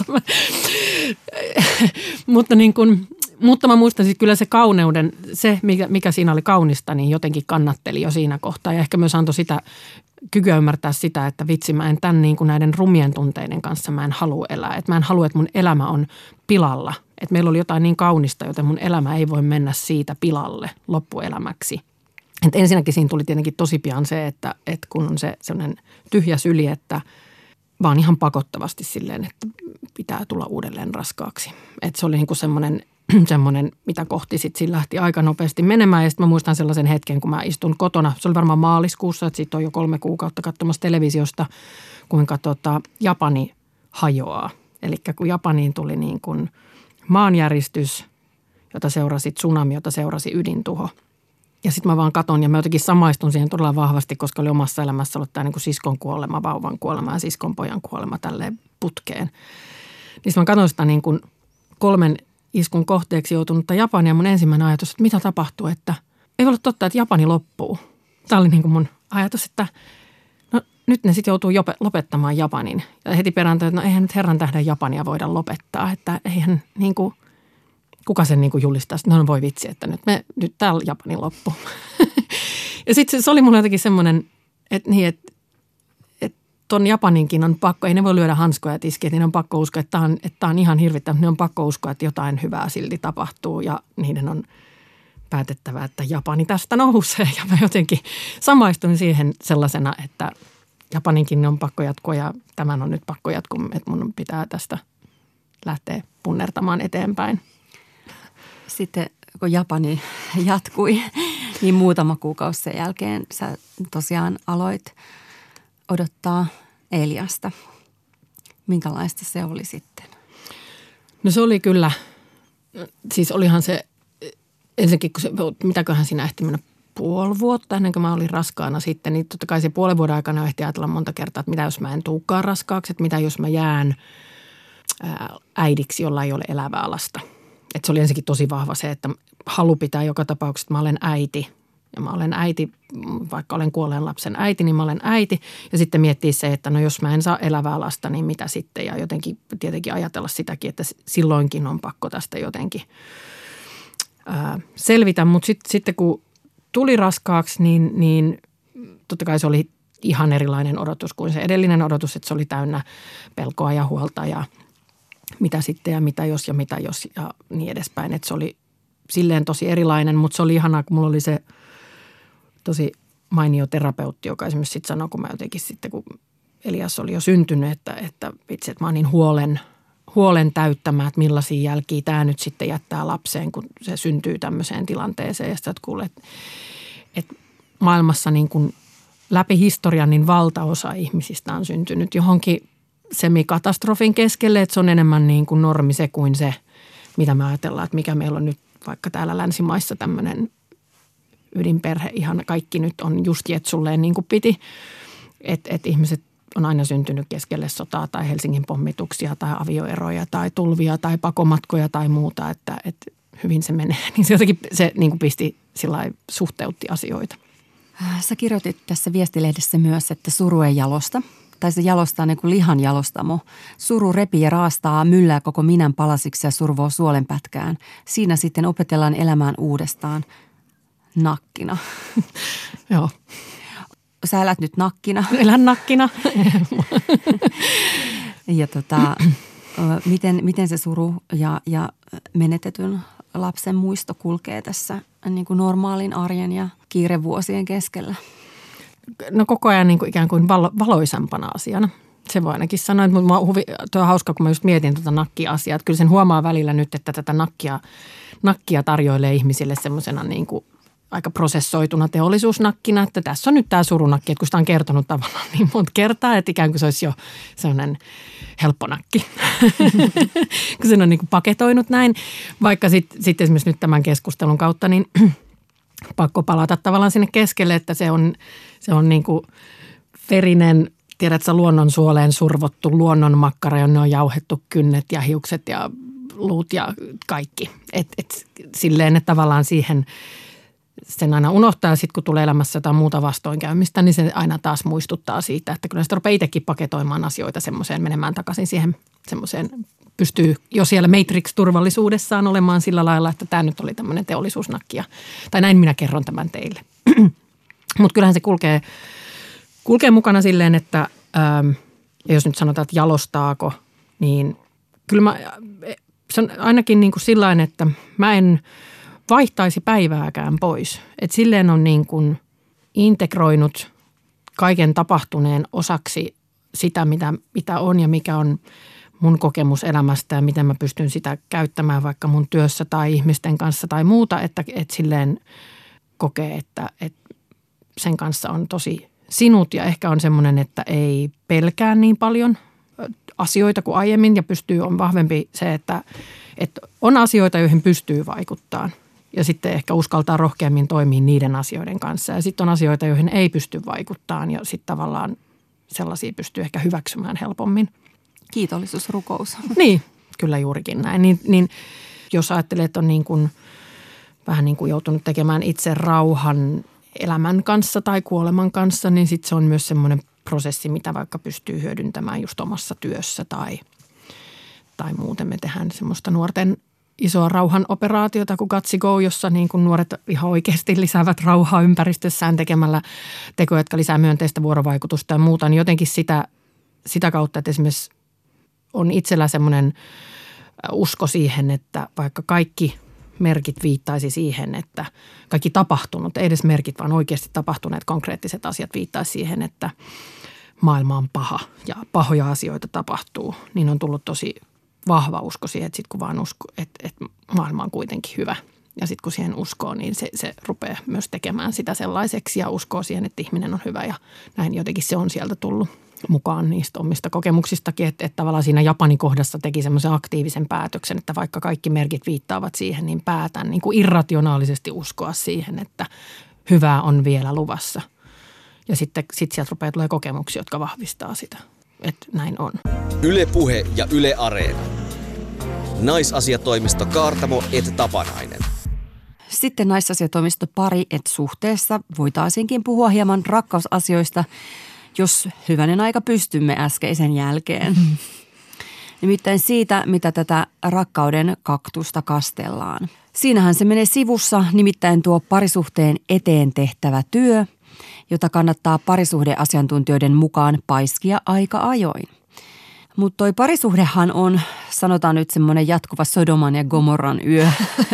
mutta mä muistan siis kyllä se kauneuden, se mikä siinä oli kaunista, niin jotenkin kannatteli jo siinä kohtaa ja ehkä myös antoi sitä kykyä ymmärtää sitä, että vitsi mä en tämän niin kuin näiden rumien tunteiden kanssa mä en halua elää. Että mä en halua, että mun elämä on pilalla. Että meillä oli jotain niin kaunista, joten mun elämä ei voi mennä siitä pilalle loppuelämäksi. Että ensinnäkin siinä tuli tietenkin tosi pian se, että kun on se sellainen tyhjä syli, että vaan ihan pakottavasti silleen, että pitää tulla uudelleen raskaaksi. Että se oli niin kuin semmoinen, mitä kohti sitten siinä lähti aika nopeasti menemään. Ja sitten mä muistan sellaisen hetken, kun mä istun kotona. Se oli varmaan maaliskuussa, että siitä on jo 3 kuukautta katsomassa televisiosta, kuinka Japani hajoaa. Eli kun Japaniin tuli niin kuin maanjäristys, jota seurasi tsunami, jota seurasi ydintuho. Ja sitten mä vaan katon ja mä jotenkin samaistun siihen todella vahvasti, koska oli omassa elämässä ollut tämä niin kuin siskon kuolema, vauvan kuolema ja siskon pojan kuolema tälleen putkeen. Niin mä katson sitä niin kuin 3 iskun kohteeksi joutunutta Japania. Mun ensimmäinen ajatus, että mitä tapahtuu, että ei voi olla totta, että Japani loppuu. Tämä oli niin kuin mun ajatus, että no nyt ne sitten joutuu lopettamaan Japanin. Ja heti perään, että no eihän nyt herran tähden Japania voida lopettaa, että eihän niin kuin kuka sen niin kuin julistaa, no voi vitsi, että nyt täällä Japanin loppu. Ja sitten se oli mulle jotenkin semmoinen, että ton Japaninkin on pakko, ei ne voi lyödä hanskoja tiskiä, niin on pakko uskoa, että tämä on ihan hirvittävä, mutta ne on pakko uskoa, että jotain hyvää silti tapahtuu ja niiden on päätettävä, että Japani tästä nousee. Ja mä jotenkin samaistuin siihen sellaisena, että Japaninkin on pakko jatkua ja tämän on nyt pakko jatkua, että mun pitää tästä lähteä punnertamaan eteenpäin. Sitten kun Japani jatkui, niin muutama kuukausi sen jälkeen sä tosiaan aloit odottaa Eliasta. Minkälaista se oli sitten? No se oli kyllä, siis olihan se ensinnäkin, mitäköhän siinä ehti mennä 5 vuotta ennen kuin mä olin raskaana sitten, niin totta kai se 5 vuoden aikana ehti ajatella monta kertaa, että mitä jos mä en tulekaan raskaaksi, että mitä jos mä jään äidiksi, jolla ei ole elävää lasta. Että se oli ensinnäkin tosi vahva se, että halu pitää joka tapauksessa, että mä olen äiti. Ja mä olen äiti, vaikka olen kuolleen lapsen äiti, niin mä olen äiti. Ja sitten miettiä se, että no jos mä en saa elävää lasta, niin mitä sitten? Ja jotenkin tietenkin ajatella sitäkin, että silloinkin on pakko tästä jotenkin selvitä. Mutta sitten kun tuli raskaaksi, niin totta kai se oli ihan erilainen odotus kuin se edellinen odotus, että se oli täynnä pelkoa ja huolta ja mitä sitten ja mitä jos ja niin edespäin. Että se oli silleen tosi erilainen, mutta se oli ihanaa, kun mulla oli se tosi mainio terapeutti, joka esimerkiksi sitten sanoi, kun mä jotenkin sitten, kun Elias oli jo syntynyt, että vitsi, että mä oon niin huolen täyttämä, että millaisia jälkiä tämä nyt sitten jättää lapseen, kun se syntyy tämmöiseen tilanteeseen. Ja sitten kuulet, että maailmassa niin kuin läpi historian niin valtaosa ihmisistä on syntynyt johonkin semikatastrofin keskelle, että se on enemmän niin kuin normi se kuin se, mitä me ajatellaan, että mikä meillä on nyt vaikka täällä länsimaissa tämmöinen ydinperhe, ihan kaikki nyt on just jetsulleen niin kuin piti, että ihmiset on aina syntynyt keskelle sotaa tai Helsingin pommituksia tai avioeroja tai tulvia tai pakomatkoja tai muuta, että hyvin se menee. Niin se jotenkin se niin kuin pisti sillai suhteutti asioita. Sä kirjoitit tässä viestilehdessä myös, että suru ei jalosta. Tai se jalostaa niin kuin lihan jalostamo. Suru repii ja raastaa, myllää koko minän palasiksi ja survoo suolenpätkään. Siinä sitten opetellaan elämään uudestaan nakkina. Joo. Sä elät nyt nakkina. Elän nakkina. Ja miten se suru ja menetetyn lapsen muisto kulkee tässä niin kuin normaalin arjen ja kiirevuosien keskellä? No koko ajan niin kuin ikään kuin valoisampana asiana. Se voi ainakin sanoa, että tuo on hauska, kun mä just mietin tuota nakkia-asiaa. Että kyllä sen huomaa välillä nyt, että tätä nakkia tarjoilee ihmisille semmoisena niin kuin aika prosessoituna teollisuusnakkina, että tässä on nyt tämä surunakki, että kun sitä on kertonut tavallaan niin monta kertaa, että ikään kuin se olisi jo sellainen helppo nakki, kun sen on niin kuin paketoinut näin. Vaikka sitten esimerkiksi nyt tämän keskustelun kautta, niin pakko palata tavallaan sinne keskelle, että se on niin kuin verinen, tiedätkö, luonnonsuoleen survottu luonnonmakkara, jonne on jauhettu kynnet ja hiukset ja luut ja kaikki. Et silleen, että tavallaan siihen sen aina unohtaa ja sitten kun tulee elämässä jotain muuta vastoinkäymistä, niin se aina taas muistuttaa siitä, että kyllä sitä rupeaa itsekin paketoimaan asioita semmoiseen, menemään takaisin siihen semmoiseen, pystyy jo siellä Matrix-turvallisuudessaan olemaan sillä lailla, että tämä nyt oli tämmöinen teollisuusnakki. Tai näin minä kerron tämän teille. Mutta kyllähän se kulkee mukana silleen, että jos nyt sanotaan, että jalostaako, niin kyllä se on ainakin niin kuin sillain, että mä en vaihtaisi päivääkään pois. Että silleen on niin kuin integroinut kaiken tapahtuneen osaksi sitä, mitä on ja mikä on mun kokemus elämästä ja miten mä pystyn sitä käyttämään vaikka mun työssä tai ihmisten kanssa tai muuta, että silleen kokee, että sen kanssa on tosi sinut ja ehkä on semmoinen, että ei pelkää niin paljon asioita kuin aiemmin ja on vahvempi se, että on asioita, joihin pystyy vaikuttamaan. Ja sitten ehkä uskaltaa rohkeammin toimia niiden asioiden kanssa. Ja sitten on asioita, joihin ei pysty vaikuttamaan ja sitten tavallaan sellaisia pystyy ehkä hyväksymään helpommin. Kiitollisuusrukous. Niin, kyllä juurikin näin. Niin jos ajattelee, että on niin kuin, vähän niin kuin joutunut tekemään itse rauhan elämän kanssa tai kuoleman kanssa, niin sitten se on myös semmoinen prosessi, mitä vaikka pystyy hyödyntämään just omassa työssä tai muuten. Me tehdään semmoista nuorten isoa rauhan operaatiota kuin Gutsy Go, jossa niin kuin nuoret ihan oikeasti lisäävät rauhaa ympäristössään tekemällä tekoja, jotka lisää myönteistä vuorovaikutusta ja muuta. Niin jotenkin sitä kautta, että esimerkiksi on itsellä semmoinen usko siihen, että vaikka kaikki merkit viittaisi siihen, että kaikki tapahtunut, ei edes merkit, vaan oikeasti tapahtuneet konkreettiset asiat viittaisi siihen, että maailma on paha ja pahoja asioita tapahtuu, niin on tullut tosi vahva usko siihen, että sitten kun vaan usko, että maailma on kuitenkin hyvä. Ja sitten kun siihen uskoo, niin se rupeaa myös tekemään sitä sellaiseksi ja uskoo siihen, että ihminen on hyvä. Ja näin jotenkin se on sieltä tullut mukaan niistä omista kokemuksistakin, että tavallaan siinä Japanin kohdassa teki semmoisen aktiivisen päätöksen, että vaikka kaikki merkit viittaavat siihen, niin päätän niin kuin irrationaalisesti uskoa siihen, että hyvää on vielä luvassa. Ja sitten sieltä rupeaa tulee kokemuksia, jotka vahvistaa sitä, että näin on. Yle Puhe ja Yle Areena. Naisasiatoimisto Kaartamo et Tapanainen. Sitten naisasiatoimisto Pari et Suhteessa voitaisiinkin puhua hieman rakkausasioista, jos hyvänen aika pystymme äskeisen jälkeen. Nimittäin siitä, mitä tätä rakkauden kaktusta kastellaan. Siinähän se menee sivussa, nimittäin tuo parisuhteen eteen tehtävä työ, jota kannattaa parisuhdeasiantuntijoiden mukaan paiskia aika ajoin. Mutta toi parisuhdehan on, sanotaan nyt semmoinen jatkuva Sodoman ja Gomorran yö.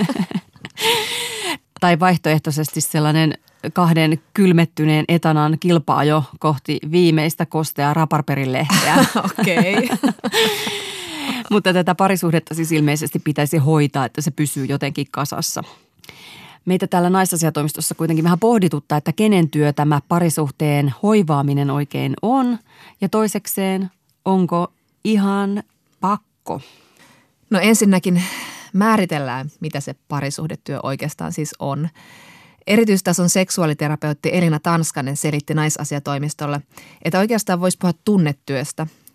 Tai vaihtoehtoisesti sellainen kahden kylmettyneen etanan kilpaajo kohti viimeistä kosteaa raparperilehteä. Okei. Mutta tätä parisuhdetta siis ilmeisesti pitäisi hoitaa, että se pysyy jotenkin kasassa. Meitä täällä naisasiatoimistossa kuitenkin vähän pohdituttaa, että kenen työ tämä parisuhteen hoivaaminen oikein on. Ja toisekseen, onko ihan pakko? No ensinnäkin määritellään, mitä se parisuhdetyö oikeastaan siis on. Erityistason seksuaaliterapeutti Elina Tanskanen selitti naisasiatoimistolle, että oikeastaan voisi puhua tunnetyöstä.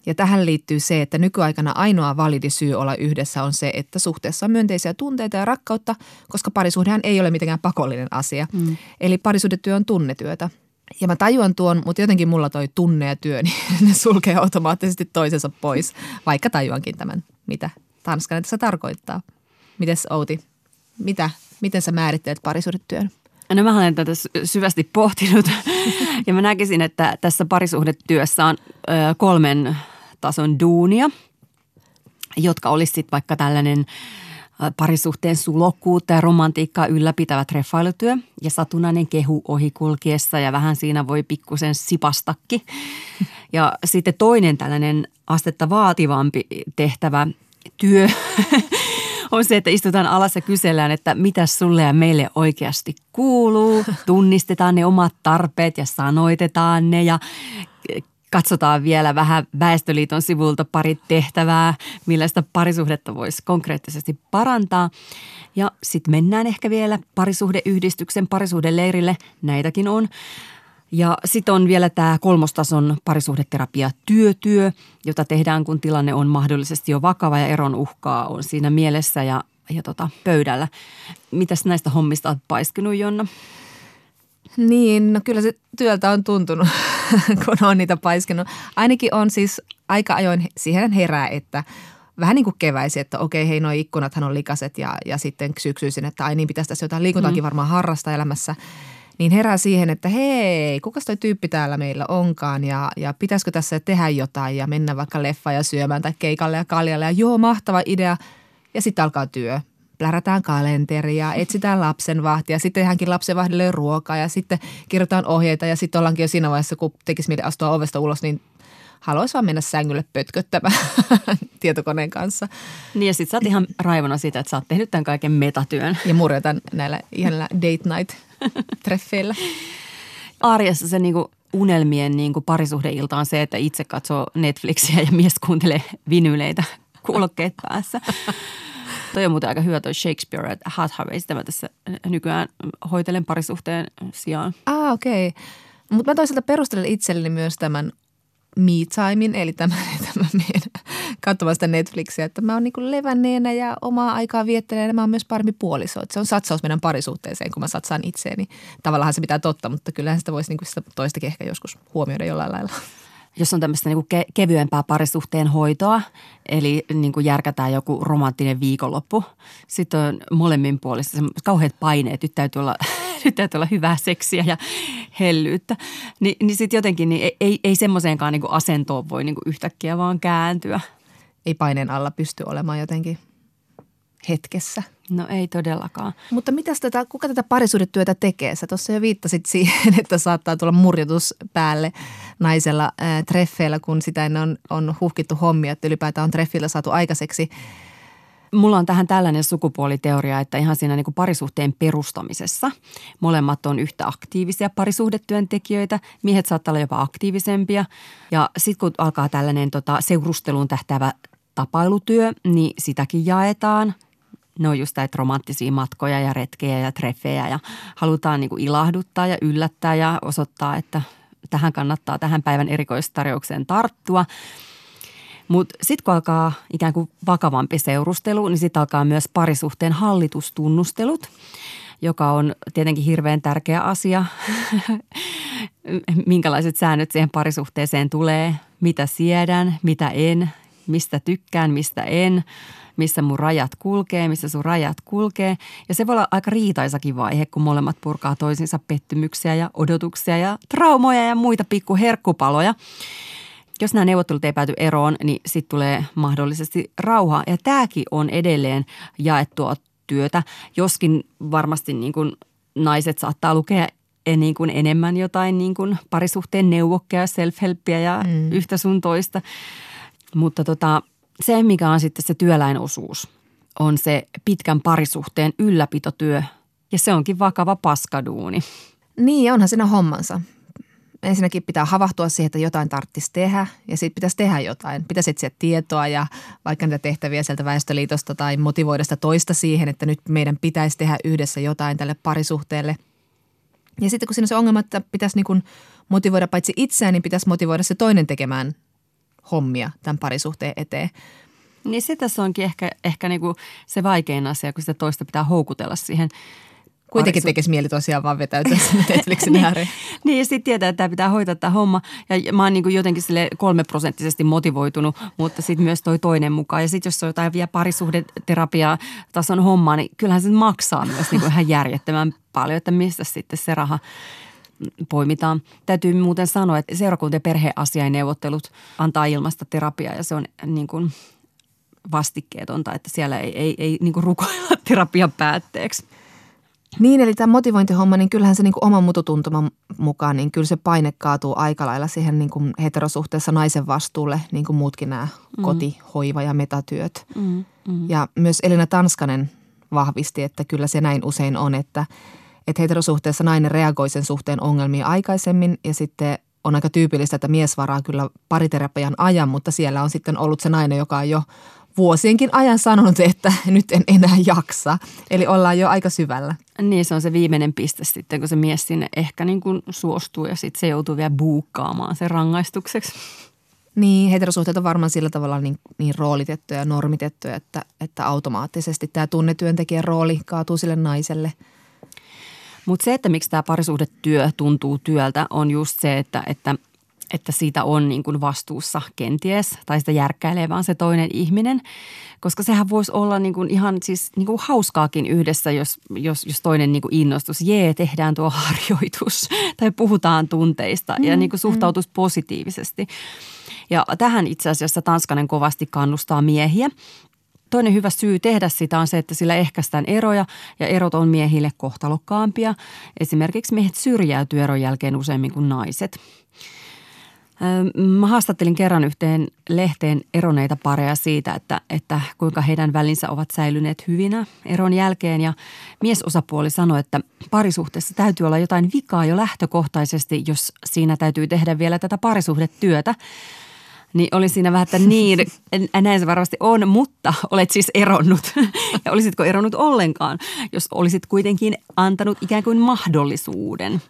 Ja tähän liittyy se, että nykyaikana ainoa validi syy olla yhdessä on se, että suhteessa on myönteisiä tunteita ja rakkautta, koska parisuhdehan ei ole mitenkään pakollinen asia. Eli parisuhdetyö on tunnetyötä. Ja mä tajuan tuon, mutta jotenkin mulla toi tunne ja työ, niin ne sulkee automaattisesti toisensa pois, vaikka tajuankin tämän, mitä tanskalainen tässä tarkoittaa. Mites Outi, miten sä määrittelet parisuhdetyön? No mä olen tätä syvästi pohtinut ja mä näkisin, että tässä parisuhdetyössä on 3 tason duunia, jotka olisi sitten vaikka tällainen parisuhteen sulokkuutta ja romantiikkaa ylläpitävä treffailutyö ja satunnainen kehu ohikulkiessa ja vähän siinä voi pikkusen sipastakin. Ja sitten toinen tällainen astetta vaativampi tehtävä työ on se, että istutaan alas ja kysellään, että mitä sulle ja meille oikeasti kuuluu. Tunnistetaan ne omat tarpeet ja sanoitetaan ne ja katsotaan vielä vähän Väestöliiton sivulta pari tehtävää, millaista parisuhdetta voisi konkreettisesti parantaa. Ja sitten mennään ehkä vielä parisuhdeyhdistyksen parisuhdeleirille, näitäkin on. Ja sitten on vielä tämä 3. tason parisuhdeterapia työtyö, jota tehdään, kun tilanne on mahdollisesti jo vakava ja eron uhkaa on siinä mielessä ja pöydällä. Mitäs näistä hommista olet paiskinut, Jonna? Niin, no kyllä se työltä on tuntunut, kun on niitä paiskinut. Ainakin on siis aika ajoin siihen herää, että vähän niin kuin keväisin, että okei, hei, nuo ikkunathan on likaset ja sitten syksyisin, että ai niin, pitäisi tässä jotain liikuntaakin varmaan harrastaa elämässä. Niin herää siihen, että hei, kukas toi tyyppi täällä meillä onkaan ja pitäisikö tässä tehdä jotain ja mennä vaikka leffaan ja syömään tai keikalle ja kaljalle ja joo, mahtava idea. Ja sitten alkaa työ. Plärätään kalenteria, etsitään lapsenvahtia, sitten tehdäänkin lapsenvahdille ruokaa ja sitten kirjoitetaan ohjeita ja sitten ollaankin jo siinä vaiheessa, kun tekisi mieli astua ovesta ulos, niin haluaisi vaan mennä sängylle pötköttämään tietokoneen kanssa. Niin ja sitten sä oot ihan raivona siitä, että sä oot tehnyt tämän kaiken metatyön. Ja murjotan näillä ihanilla date night-treffeillä. Arjessa se niinku unelmien niinku parisuhdeilta on se, että itse katsoo Netflixiä ja mies kuuntelee vinyleitä kuulokkeet päässä. Toi on muuten aika hyvä toi Shakespeare at Hathaway, sitä mä tässä nykyään hoitelen parisuhteen sijaan. Okei. Mutta mä toisaalta perustelen itselleni myös tämän me-timein, eli tämän meidän katsomaan sitä Netflixiä, että mä oon niinku levänneenä ja omaa aikaa viettelen ja mä oon myös parempi puoliso. Että se on satsaus meidän parisuhteeseen, kun mä satsaan itseeni. Tavallaan se pitää totta, mutta kyllähän sitä voisi niinku sitä toistakin ehkä joskus huomioida jollain lailla. Jos on tämmöistä niinku kevyempää parisuhteen hoitoa, eli niinku järkätään joku romanttinen viikonloppu, sitten on molemminpuolista kauheat paineet, nyt täytyy olla hyvää seksiä ja hellyyttä, niin sitten jotenkin niin ei semmoiseenkaan niinku asentoon voi niinku yhtäkkiä vaan kääntyä. Ei paineen alla pysty olemaan jotenkin hetkessä. No ei todellakaan. Mutta kuka tätä parisuhdetyötä tekee? Sä tuossa jo viittasit siihen, että saattaa tulla murjotus päälle naisella treffeillä, kun sitä ennen on huhkittu hommia, että ylipäätään on treffillä saatu aikaiseksi. Mulla on tähän tällainen sukupuoliteoria, että ihan siinä niin kuin parisuhteen perustamisessa molemmat on yhtä aktiivisia parisuhdetyöntekijöitä. Miehet saattaa olla jopa aktiivisempia ja sitten kun alkaa tällainen seurusteluun tähtäävä tapailutyö, niin sitäkin jaetaan. Ne on just näitä romanttisia matkoja ja retkejä ja treffejä ja halutaan niin kuin ilahduttaa ja yllättää ja osoittaa, että tähän päivän erikoistarjoukseen tarttua. Mutta sitten kun alkaa ikään kuin vakavampi seurustelu, niin sitten alkaa myös parisuhteen hallitustunnustelut, joka on tietenkin hirveän tärkeä asia. Minkälaiset säännöt siihen parisuhteeseen tulee, mitä siedän, mitä en, mistä tykkään, mistä en, missä mun rajat kulkee, missä sun rajat kulkee. Ja se voi olla aika riitaisakin vaihe, kun molemmat purkaa toisinsa pettymyksiä ja odotuksia ja traumoja ja muita pikkuherkkupaloja. Jos nämä neuvottelut ei pääty eroon, niin sitten tulee mahdollisesti rauha. Ja tämäkin on edelleen jaettua työtä, joskin varmasti niin kuin naiset saattaa lukea niin kuin enemmän jotain niin kuin parisuhteen neuvokkeja, self-helppiä ja yhtä sun toista. Mutta se, mikä on sitten se työläinosuus, on se pitkän parisuhteen ylläpitotyö ja se onkin vakava paskaduuni. Niin, onhan siinä hommansa. Ensinnäkin pitää havahtua siihen, että jotain tarvitsisi tehdä ja sitten pitäisi tehdä jotain. Pitäisi etsiä tietoa ja vaikka niitä tehtäviä sieltä Väestöliitosta tai motivoida sitä toista siihen, että nyt meidän pitäisi tehdä yhdessä jotain tälle parisuhteelle. Ja sitten kun siinä on se ongelma, että pitäisi niin kuin motivoida paitsi itseään, niin pitäisi motivoida se toinen tekemään hommia tämän parisuhteen eteen. Niin se tässä onkin ehkä niinku se vaikein asia, kun sitä toista pitää houkutella siihen. Kuitenkin tekisi mieli tosiaan vaan vetäytyä sinne Netflixin ääreen. Niin ja sitten tietää, että tämä pitää hoitaa tämä homma. Ja mä oon niinku jotenkin sille 3% motivoitunut, mutta sitten myös toi toinen mukaan. Ja sitten jos on jotain vielä parisuhdeterapiaa tason hommaa, niin kyllähän se maksaa myös niinku ihan järjettömän paljon, että mistä sitten se raha poimitaan. Täytyy muuten sanoa, että seurakunta- ja perheasiainneuvottelut antaa ilmaista terapiaa ja se on niin kuin vastikkeetonta, että siellä ei niin kuin rukoilla terapian päätteeksi. Niin, eli tämä motivointihomma, niin kyllähän se niin kuin oman mututuntuman mukaan, niin kyllä se paine kaatuu aika lailla siihen niin kuin heterosuhteessa naisen vastuulle, niin kuin muutkin nämä koti-, hoiva- ja metatyöt. Ja myös Elina Tanskanen vahvisti, että kyllä se näin usein on, että heterosuhteessa nainen reagoi sen suhteen ongelmiin aikaisemmin ja sitten on aika tyypillistä, että mies varaa kyllä pariterapian ajan, mutta siellä on sitten ollut se nainen, joka on jo vuosienkin ajan sanonut, että nyt en enää jaksa. Eli ollaan jo aika syvällä. Niin, se on se viimeinen piste sitten, kun se mies sinne ehkä niin kuin suostuu ja sitten se joutuu vielä buukkaamaan sen rangaistukseksi. Niin, heterosuhteet on varmaan sillä tavalla niin roolitettuja ja normitettuja, että automaattisesti tämä tunnetyöntekijän rooli kaatuu sille naiselle. Mutta se, että miksi tämä parisuhdetyö tuntuu työltä, on just se, että siitä on niin kuin vastuussa kenties tai sitä järkkäilee vaan se toinen ihminen. Koska sehän voisi olla niin kuin ihan siis niin kuin hauskaakin yhdessä, jos toinen niin kuin innostus. Tehdään tuo harjoitus tai puhutaan tunteista ja niin kuin suhtautuisi positiivisesti. Ja tähän itse asiassa Tanskanen kovasti kannustaa miehiä. Toinen hyvä syy tehdä sitä on se, että sillä ehkäistään eroja ja erot on miehille kohtalokkaampia. Esimerkiksi miehet syrjäytyy eron jälkeen useammin kuin naiset. Mä haastattelin kerran yhteen lehteen eroneita pareja siitä, että kuinka heidän välinsä ovat säilyneet hyvinä eron jälkeen. Ja miesosapuoli sanoi, että parisuhteessa täytyy olla jotain vikaa jo lähtökohtaisesti, jos siinä täytyy tehdä vielä tätä parisuhdetyötä. Niin oli siinä vähän, että niin, näin se varmasti on, mutta olet siis eronnut. Ja olisitko eronnut ollenkaan, jos olisit kuitenkin antanut ikään kuin mahdollisuuden.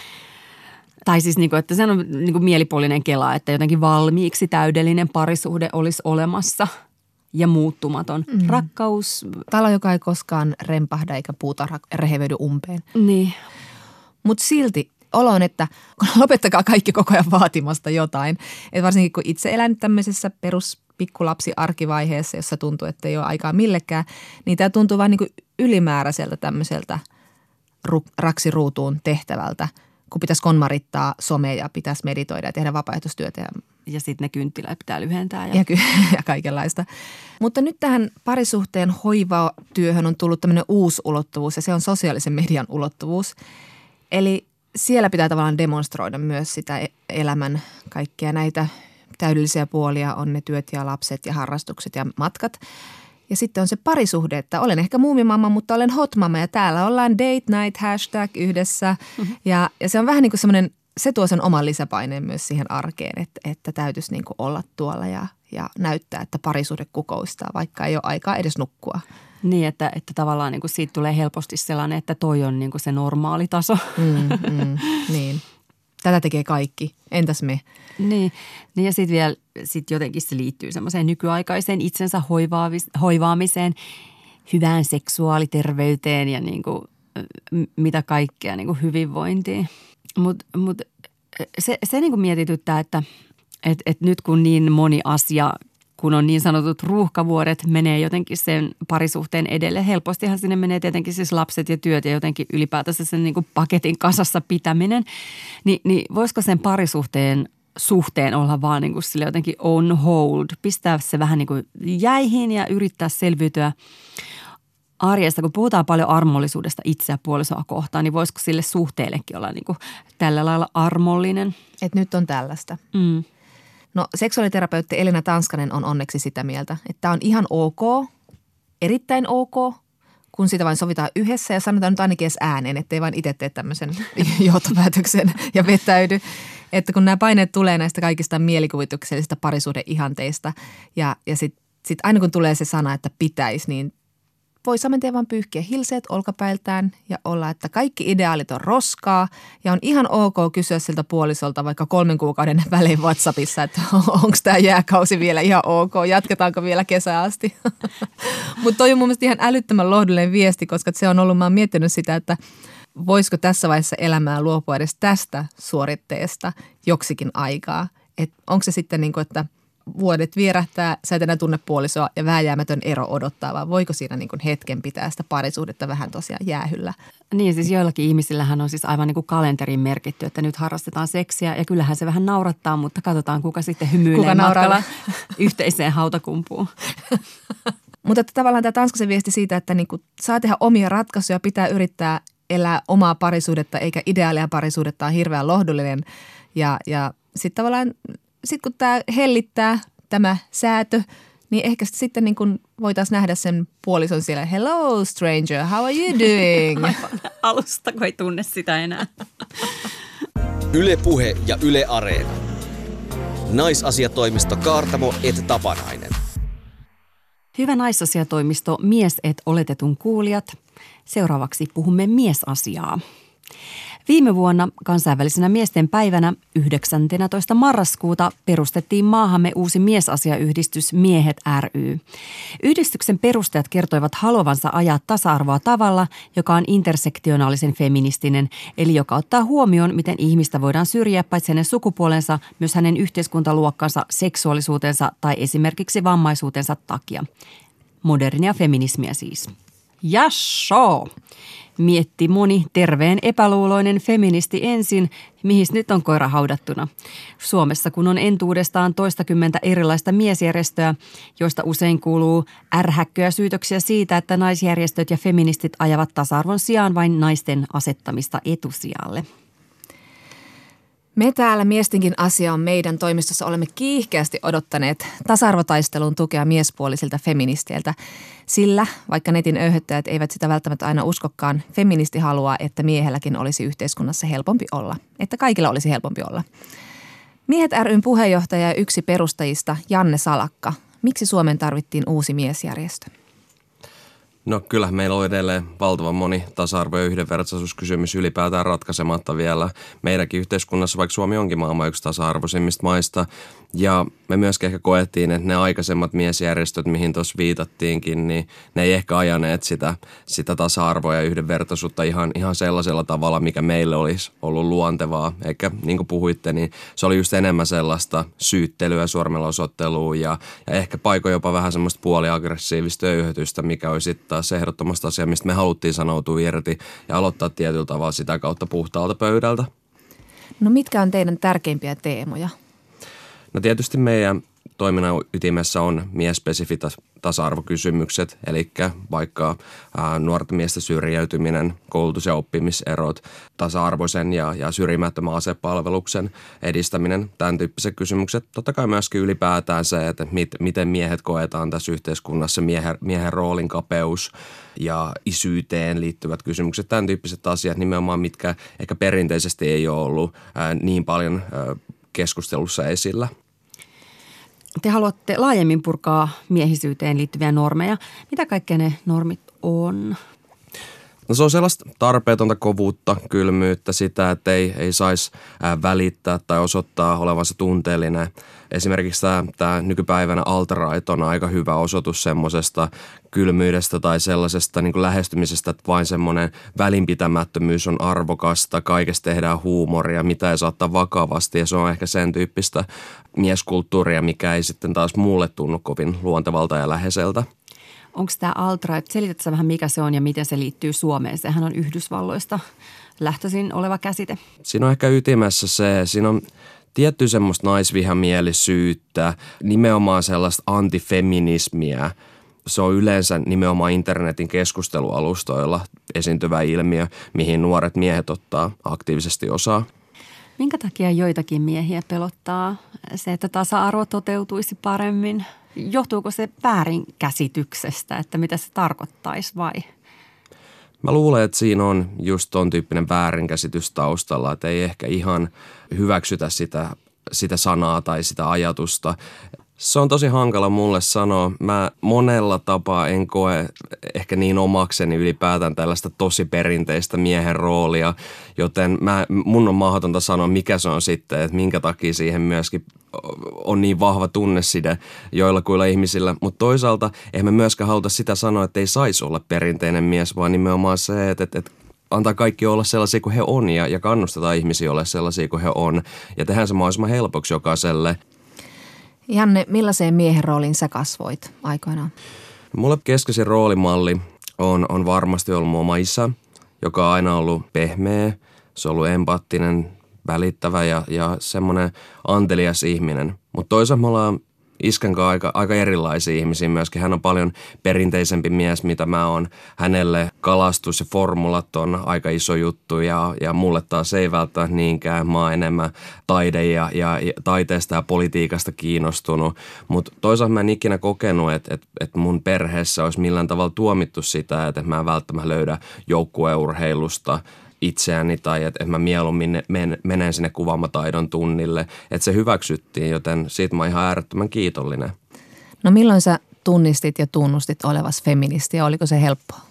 Tai siis, että se on mielipuolinen kela, että jotenkin valmiiksi täydellinen parisuhde olisi olemassa ja muuttumaton. Rakkaus. Talo, joka ei koskaan rempahda eikä puuta rehevöidy umpeen. Niin. Mutta silti olo on, että lopettakaa kaikki koko ajan vaatimasta jotain. Et varsinkin kun itse elän tämmöisessä pikkulapsi-arkivaiheessa, jossa tuntuu, että ei ole aikaa millekään, niin tämä tuntuu vaan ylimääräiseltä tämmöiseltä raksiruutuun tehtävältä, kun pitäisi konmarittaa somea ja pitäisi meditoida ja tehdä vapaaehtoistyötä. Ja sitten ne kynttilät pitää lyhentää. Ja kaikenlaista. Mutta nyt tähän parisuhteen hoivatyöhön on tullut tämmöinen uusi ulottuvuus ja se on sosiaalisen median ulottuvuus. Eli siellä pitää tavallaan demonstroida myös sitä elämän kaikkia näitä täydellisiä puolia, on ne työt ja lapset ja harrastukset ja matkat. Ja sitten on se parisuhde, että olen ehkä muumimamma, mutta olen hotmama ja täällä ollaan date night hashtag yhdessä. Ja se on vähän niin kuin semmoinen, se tuo sen oman lisäpaineen myös siihen arkeen, että täytyisi niin kuin olla tuolla ja näyttää, että parisuhde kukoistaa, vaikka ei ole aikaa edes nukkua. Niin, että tavallaan niin kuin siitä tulee helposti sellainen, että toi on niin kuin se normaali taso. Niin. Tätä tekee kaikki. Entäs me? Niin ja sitten vielä jotenkin se liittyy semmoiseen nykyaikaiseen itsensä hoivaamiseen, hyvään seksuaaliterveyteen ja niin kuin, mitä kaikkea niin kuin hyvinvointiin. Mut se niin kuin mietityttää, että nyt kun niin moni asia, kun on niin sanotut ruuhkavuodet, menee jotenkin sen parisuhteen edelle. Helpostihan sinne menee tietenkin siis lapset ja työt ja jotenkin ylipäätänsä sen niin kuin paketin kasassa pitäminen. Niin voisiko sen suhteen olla vaan niin kuin sille jotenkin on hold, pistää se vähän niin kuin jäihin ja yrittää selviytyä arjesta. Kun puhutaan paljon armollisuudesta itseä puolisoa kohtaan, niin voisiko sille suhteellekin olla niin kuin tällä lailla armollinen? Et nyt on tällaista. No seksuaaliterapeutti Elina Tanskanen on onneksi sitä mieltä, että tämä on ihan ok, erittäin ok, kun sitä vain sovitaan yhdessä ja sanotaan nyt ainakin edes ääneen, ettei vain itse tee tämmöisen johtopäätöksen ja vetäydy. Että kun nämä paineet tulee näistä kaikista mielikuvituksellisista parisuhdeihanteista ja sit aina kun tulee se sana, että pitäisi, niin voi saman tien vaan pyyhkiä hilseet olkapäiltään ja olla, että kaikki ideaalit on roskaa ja on ihan ok kysyä siltä puolisolta vaikka 3 kuukauden välein WhatsAppissa, että onko tämä jääkausi vielä ihan ok, jatketaanko vielä kesään asti. Mutta toi on mun mielestä ihan älyttömän lohdullinen viesti, koska se on ollut, mä oon miettinyt sitä, että voisiko tässä vaiheessa elämää luopua edes tästä suoritteesta joksikin aikaa. Että onko se sitten niin kuin, että vuodet vierähtää, sä et enää tunne puolisoa ja vääjäämätön ero odottaa, vai voiko siinä niin kuin hetken pitää sitä parisuhdetta vähän tosiaan jäähyllä? Niin, siis joillakin ihmisillähän on siis aivan niin kuin kalenteriin merkitty, että nyt harrastetaan seksiä ja kyllähän se vähän naurattaa, mutta katsotaan kuka sitten hymyilee matkalla yhteiseen hautakumpuun. Mutta tavallaan tämä Tanskasen viesti siitä, että niin kuin saa tehdä omia ratkaisuja, pitää yrittää elää omaa parisuudetta eikä ideaalia parisuudetta on hirveän lohdullinen ja sitten tavallaan sitten kun tämä hellittää tämä säätö, niin ehkä sitten niin kuin voitaisiin nähdä sen puolison siellä, hello stranger, how are you doing? Alusta, kun ei tunne sitä enää. Yle Puhe ja Yle Areena. Naisasiatoimisto Kaartamo et Tapanainen. Hyvä naisasiatoimisto Mies et oletetun kuulijat. Seuraavaksi puhumme miesasiaa. Viime vuonna kansainvälisenä miesten päivänä 19. marraskuuta perustettiin maahamme uusi miesasiayhdistys Miehet ry. Yhdistyksen perustajat kertoivat haluavansa ajaa tasa-arvoa tavalla, joka on intersektionaalisen feministinen, eli joka ottaa huomioon, miten ihmistä voidaan syrjiä paitsi hänen sukupuolensa, myös hänen yhteiskuntaluokkansa, seksuaalisuutensa tai esimerkiksi vammaisuutensa takia. Modernia feminismiä siis. Jassoo! Mietti moni terveen epäluuloinen feministi ensin, mihin nyt on koira haudattuna. Suomessa kun on entuudestaan toistakymmentä erilaista miesjärjestöä, joista usein kuuluu ärhäkköjä syytöksiä siitä, että naisjärjestöt ja feministit ajavat tasa-arvon sijaan vain naisten asettamista etusijalle. Me täällä Miestenkin asia on meidän toimistossa olemme kiihkeästi odottaneet tasa-arvotaistelun tukea miespuolisilta feministeiltä, sillä vaikka netin öyhöttäjät eivät sitä välttämättä aina uskokkaan, feministi haluaa, että miehelläkin olisi yhteiskunnassa helpompi olla, että kaikilla olisi helpompi olla. Miehet ry:n puheenjohtaja ja yksi perustajista Janne Salakka. Miksi Suomeen tarvittiin uusi miesjärjestö? No kyllä, meillä on edelleen valtavan moni tasa-arvo- ja yhdenvertaisuuskysymys ylipäätään ratkaisematta vielä meidänkin yhteiskunnassa, vaikka Suomi onkin maailman yksi tasa-arvoisimmista maista. Ja me myöskin ehkä koettiin, että ne aikaisemmat miesjärjestöt, mihin tuossa viitattiinkin, niin ne ei ehkä ajaneet sitä tasa-arvoa ja yhdenvertaisuutta ihan sellaisella tavalla, mikä meille olisi ollut luontevaa. Eikä niin kuin puhuitte, niin se oli just enemmän sellaista syyttelyä, sormella osoittelua ja ehkä paikoin jopa vähän semmoista puoliaggressiivista öyhötystä, mikä olisi taas ehdottomasta asia, mistä me haluttiin sanoutua irti ja aloittaa tietyllä tavalla sitä kautta puhtaalta pöydältä. No mitkä on teidän tärkeimpiä teemoja? No tietysti meidän toiminnan ytimessä on miesspesifit tasa-arvokysymykset, eli vaikka nuorten miesten syrjäytyminen, koulutus- ja oppimiserot, tasa-arvoisen ja syrjimättömän asepalveluksen edistäminen, tämän tyyppiset kysymykset. Totta kai myöskin ylipäätään se, että miten miehet koetaan tässä yhteiskunnassa, miehen roolin kapeus ja isyyteen liittyvät kysymykset, tämän tyyppiset asiat nimenomaan, mitkä ehkä perinteisesti ei ole ollut niin paljon keskustelussa esillä. Te haluatte laajemmin purkaa miehisyyteen liittyviä normeja. Mitä kaikkea ne normit on? No se on sellaista tarpeetonta kovuutta, kylmyyttä, sitä, että ei saisi välittää tai osoittaa olevansa tunteellinen. Esimerkiksi tämä nykypäivänä alt-right on aika hyvä osoitus semmoisesta kylmyydestä tai sellaisesta niin kuin lähestymisestä, että vain semmoinen välinpitämättömyys on arvokasta, kaikesta tehdään huumoria, mitä ei saa ottaa vakavasti ja se on ehkä sen tyyppistä mieskulttuuria, mikä ei sitten taas mulle tunnu kovin luontevalta ja läheiseltä. Onko tämä alt-right, selitätkö vähän mikä se on ja miten se liittyy Suomeen? Sehän on Yhdysvalloista lähtöisin oleva käsite. Siinä on ehkä ytimessä siinä on tietty semmoista naisvihamielisyyttä, nimenomaan sellaista antifeminismiä. Se on yleensä nimenomaan internetin keskustelualustoilla esiintyvä ilmiö, mihin nuoret miehet ottaa aktiivisesti osaa. Minkä takia joitakin miehiä pelottaa se, että tasa-arvo toteutuisi paremmin? Johtuuko se väärinkäsityksestä, että mitä se tarkoittaisi vai? Mä luulen, että siinä on just ton tyyppinen väärinkäsitys taustalla, että ei ehkä ihan hyväksytä sitä sanaa tai sitä ajatusta. Se on tosi hankala mulle sanoa. Mä monella tapaa en koe ehkä niin omakseni ylipäätään tällaista tosi perinteistä miehen roolia, joten mun on mahdotonta sanoa, mikä se on sitten, että minkä takia siihen myöskin on niin vahva tunneside joillakuilla ihmisillä. Mutta toisaalta eihän me myöskään haluta sitä sanoa, että ei saisi olla perinteinen mies, vaan nimenomaan se, että antaa kaikki olla sellaisia kuin he on ja kannustetaan ihmisiä olla sellaisia kuin he on ja tehdään se mahdollisimman helpoksi jokaiselle. Janne, millaiseen miehen rooliin sä kasvoit aikoinaan? Mulle keskeisin roolimalli on varmasti ollut mun oma isä, joka on aina ollut pehmeä. Se on ollut empaattinen, välittävä ja semmoinen antelias ihminen. Mutta toisaalta me ollaan iskän kanssa aika erilaisia ihmisiä myöskin. Hän on paljon perinteisempi mies, mitä mä oon. Hänelle kalastus ja formulat on aika iso juttu ja mulle taas ei välttämättä niinkään. Mä oon enemmän taiteesta ja politiikasta kiinnostunut. Mutta toisaalta mä en ikinä kokenut, että mun perheessä olisi millään tavalla tuomittu sitä, että mä en välttämättä löydä joukkueurheilusta itseäni tai että mä mieluummin menen sinne kuvaamataidon tunnille. Että se hyväksyttiin, joten siitä mä oon ihan äärettömän kiitollinen. No milloin sä tunnistit ja tunnustit olevas feministi ja oliko se helppoa?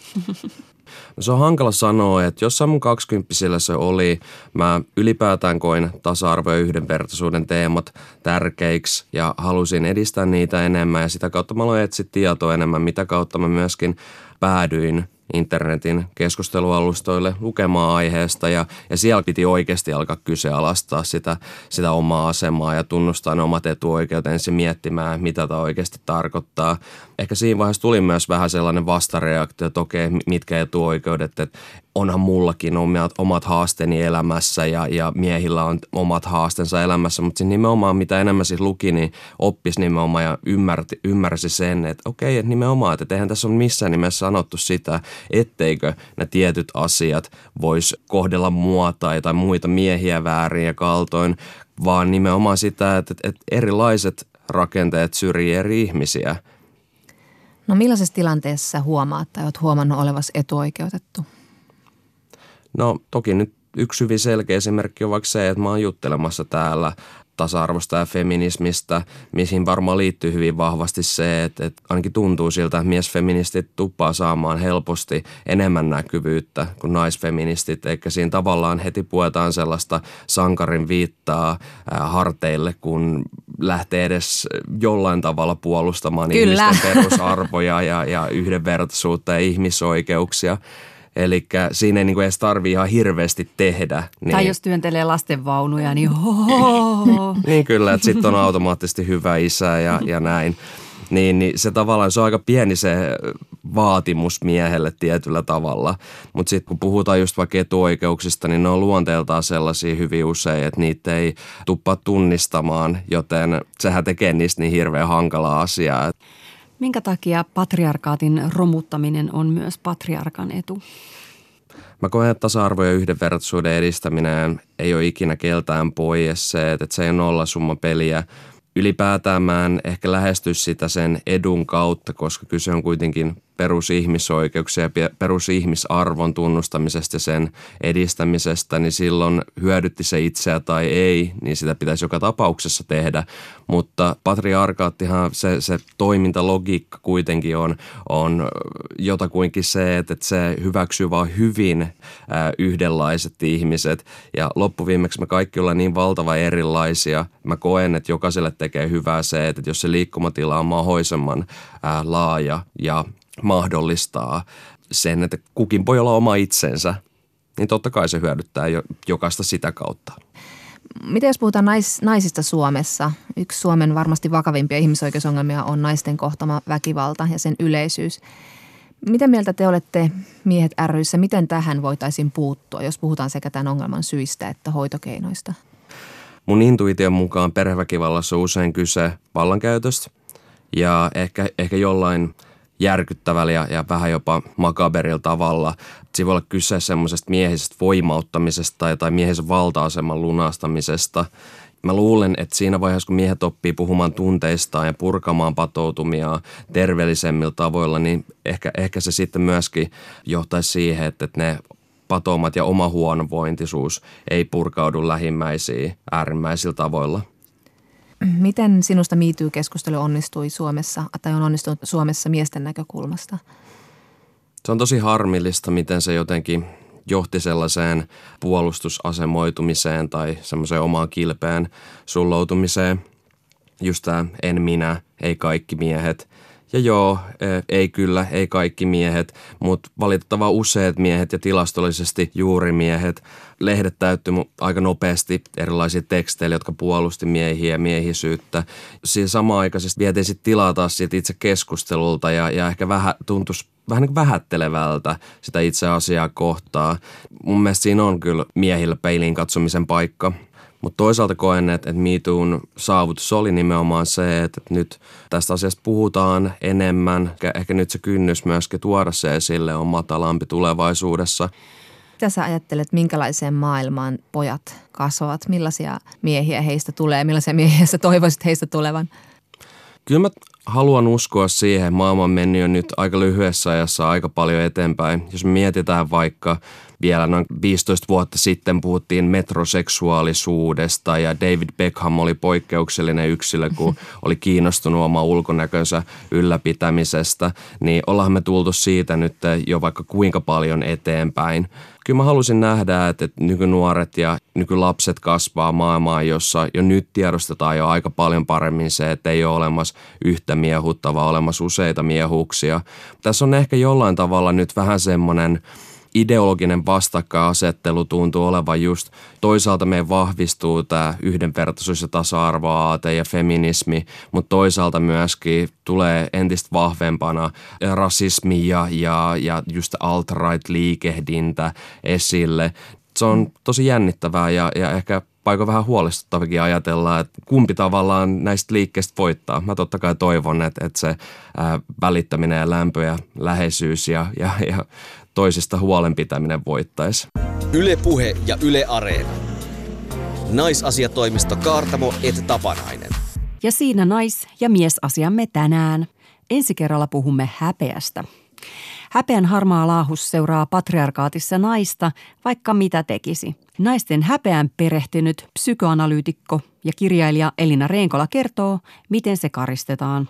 No se on hankala sanoa, että jossain mun 20-vuotiailla se oli. Mä ylipäätään koin tasa-arvo- ja yhdenvertaisuuden teemat tärkeiksi ja halusin edistää niitä enemmän ja sitä kautta mä aloin etsiä tietoa enemmän, mitä kautta mä myöskin päädyin internetin keskustelualustoille lukemaan aiheesta ja siellä piti oikeasti alkaa kyseenalaistaa sitä omaa asemaa ja tunnustaa ne omat etuoikeutensa ja miettimään, mitä tämä oikeasti tarkoittaa. Ehkä siinä vaiheessa tuli myös vähän sellainen vastareaktio, että okei, mitkä etuoikeudet, että onhan mullakin omat haasteeni elämässä ja miehillä on omat haasteensa elämässä, mutta nimenomaan mitä enemmän siis luki, niin oppisi nimenomaan ja ymmärsi sen, että okei, että nimenomaan, että eihän tässä ole missään nimessä sanottu sitä, etteikö ne tietyt asiat vois kohdella mua tai muita miehiä väärin ja kaltoin, vaan nimenomaan sitä, että erilaiset rakenteet syrjii eri ihmisiä. No millaisessa tilanteessa huomaat tai olet huomannut olevasi etuoikeutettu? No toki nyt yksi hyvin selkeä esimerkki on vaikka se, että mä oon juttelemassa täällä tasa-arvosta ja feminismistä, mihin varmaan liittyy hyvin vahvasti se, että ainakin tuntuu siltä, että miesfeministit tuppaa saamaan helposti enemmän näkyvyyttä kuin naisfeministit, eikä siinä tavallaan heti puetaan sellaista sankarin viittaa harteille, kun lähtee edes jollain tavalla puolustamaan Kyllä. ihmisten perusarvoja ja yhdenvertaisuutta ja ihmisoikeuksia. Eli siinä ei edes tarvitse ihan hirveästi tehdä. Niin. Tai jos työntelee lastenvaunuja, niin Niin kyllä, että sitten on automaattisesti hyvä isä ja näin. Niin se tavallaan, se on aika pieni se vaatimus miehelle tietyllä tavalla. Mutta sitten kun puhutaan just vaikka etuoikeuksista, niin ne on luonteeltaan sellaisia hyvin usein, että niitä ei tuppaa tunnistamaan, joten sehän tekee niistä niin hirveän hankalaa asiaa. Minkä takia patriarkaatin romuttaminen on myös patriarkan etu? Mä koen, että tasa-arvo ja yhdenvertaisuuden edistäminen ei ole ikinä keltään pois se, että se ei ole nollasumma peliä. Ylipäätään mä en ehkä lähesty sitä sen edun kautta, koska kyse on kuitenkin perusihmisoikeuksia ja perusihmisarvon tunnustamisesta ja sen edistämisestä, niin silloin hyödytti se itseä tai ei, niin sitä pitäisi joka tapauksessa tehdä. Mutta patriarkaattihan se toimintalogiikka kuitenkin on jotakuinkin se, että se hyväksyy vain hyvin yhdenlaiset ihmiset. Ja loppuviimeksi me kaikki ollaan niin valtavan erilaisia. Mä koen, että jokaiselle tekee hyvää se, että jos se liikkumatila on mahdollisimman laaja ja mahdollistaa sen, että kukin voi olla oma itsensä, niin totta kai se hyödyttää jokaista sitä kautta. Miten jos puhutaan naisista Suomessa? Yksi Suomen varmasti vakavimpia ihmisoikeusongelmia on naisten kohtama väkivalta ja sen yleisyys. Mitä mieltä te olette Miehet ry:ssä, miten tähän voitaisiin puuttua, jos puhutaan sekä tämän ongelman syistä että hoitokeinoista? Mun intuition mukaan perheväkivallassa on usein kyse vallankäytöstä ja ehkä jollain järkyttävällä ja vähän jopa makaberilla tavalla. Se voi olla kyse semmoisesta miehisestä voimauttamisesta tai miehisen valta-aseman lunastamisesta. Mä luulen, että siinä vaiheessa, kun miehet oppii puhumaan tunteistaan ja purkamaan patoutumia terveellisemmillä tavoilla, niin ehkä se sitten myöskin johtaisi siihen, että ne patoumat ja oma huonovointisuus ei purkaudu lähimmäisiin äärimmäisillä tavoilla. Miten sinusta MeToo-keskustelu onnistui Suomessa tai on onnistunut Suomessa miesten näkökulmasta? Se on tosi harmillista, miten se jotenkin johti sellaiseen puolustusasemoitumiseen tai semmoiseen omaan kilpeen sulloutumiseen. Just tämä en minä, ei kaikki miehet. Ja joo, ei kyllä, ei kaikki miehet, mutta valitettavan useat miehet ja tilastollisesti juuri miehet. Lehdet täyttyi aika nopeasti erilaisia teksteillä, jotka puolusti miehiä ja miehisyyttä. Siinä samanaikaisesti vietiin sitten tilaa taas siitä itse keskustelulta ja ehkä tuntuisi vähän niin kuin vähättelevältä sitä itse asiaa kohtaa. Mun mielestä siinä on kyllä miehillä peiliin katsomisen paikka. Mutta toisaalta koen, että MeToon saavutus oli nimenomaan se, että nyt tästä asiasta puhutaan enemmän. Ehkä nyt se kynnys myöskin tuoda se esille on matalampi tulevaisuudessa. Mitä sä ajattelet, minkälaiseen maailmaan pojat kasvavat? Millaisia miehiä heistä tulee? Millaisia miehiä sä toivoisit heistä tulevan? Kyllä mä haluan uskoa siihen, että maailma on mennyt jo nyt aika lyhyessä ajassa aika paljon eteenpäin. Jos me mietitään vaikka vielä noin 15 vuotta sitten puhuttiin metroseksuaalisuudesta ja David Beckham oli poikkeuksellinen yksilö, kun oli kiinnostunut oman ulkonäkönsä ylläpitämisestä, niin ollaan me tultu siitä nyt jo vaikka kuinka paljon eteenpäin. Kyllä mä halusin nähdä, että nykynuoret ja nykylapset kasvaa maailmaan, jossa jo nyt tiedostetaan jo aika paljon paremmin se, että ei ole olemassa yhtä miehuutta, vaan olemassa useita miehuuksia. Tässä on ehkä jollain tavalla nyt vähän semmoinen ideologinen vastakkainasettelu tuntuu olevan just, toisaalta meidän vahvistuu tämä yhdenvertaisuus ja tasa-arvoaate ja feminismi, mutta toisaalta myöskin tulee entistä vahvempana rasismi ja just alt-right-liikehdintä esille. Se on tosi jännittävää ja ehkä paikoin vähän huolestuttavakin ajatella, että kumpi tavallaan näistä liikkeistä voittaa. Mä totta kai toivon, että se välittäminen ja lämpö ja läheisyys ja toisista huolenpitäminen voittaisi. Yle Puhe ja Yle Areena. Naisasiatoimisto Kaartamo et Tapanainen. Ja siinä nais- ja miesasiamme tänään. Ensi kerralla puhumme häpeästä. Häpeän harmaa laahus seuraa patriarkaatissa naista, vaikka mitä tekisi. Naisten häpeään perehtynyt psykoanalyytikko ja kirjailija Elina Reenkola kertoo, miten se karistetaan.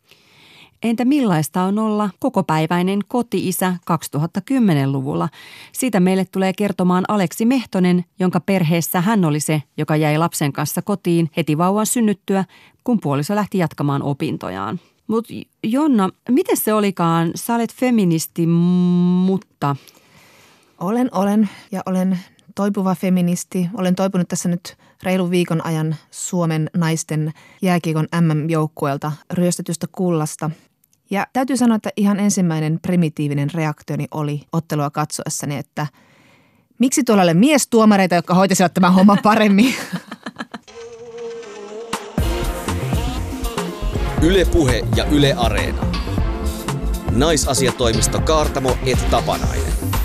Entä millaista on olla kokopäiväinen koti-isä 2010-luvulla? Siitä meille tulee kertomaan Aleksi Mehtonen, jonka perheessä hän oli se, joka jäi lapsen kanssa kotiin heti vauvan synnyttyä, kun puoliso lähti jatkamaan opintojaan. Mutta Jonna, miten se olikaan? Sä olet feministi, mutta... Olen toipuva feministi. Olen toipunut tässä nyt reilun viikon ajan Suomen naisten jääkiekon MM-joukkueelta ryöstetystä kullasta. Ja täytyy sanoa, että ihan ensimmäinen primitiivinen reaktioni oli ottelua katsoessani, että miksi tuolla ei ole miestuomareita, jotka hoitaisivat tämän homman paremmin? Yle Puhe ja Yle Areena. Naisasiatoimisto Kaartamo et Tapanainen.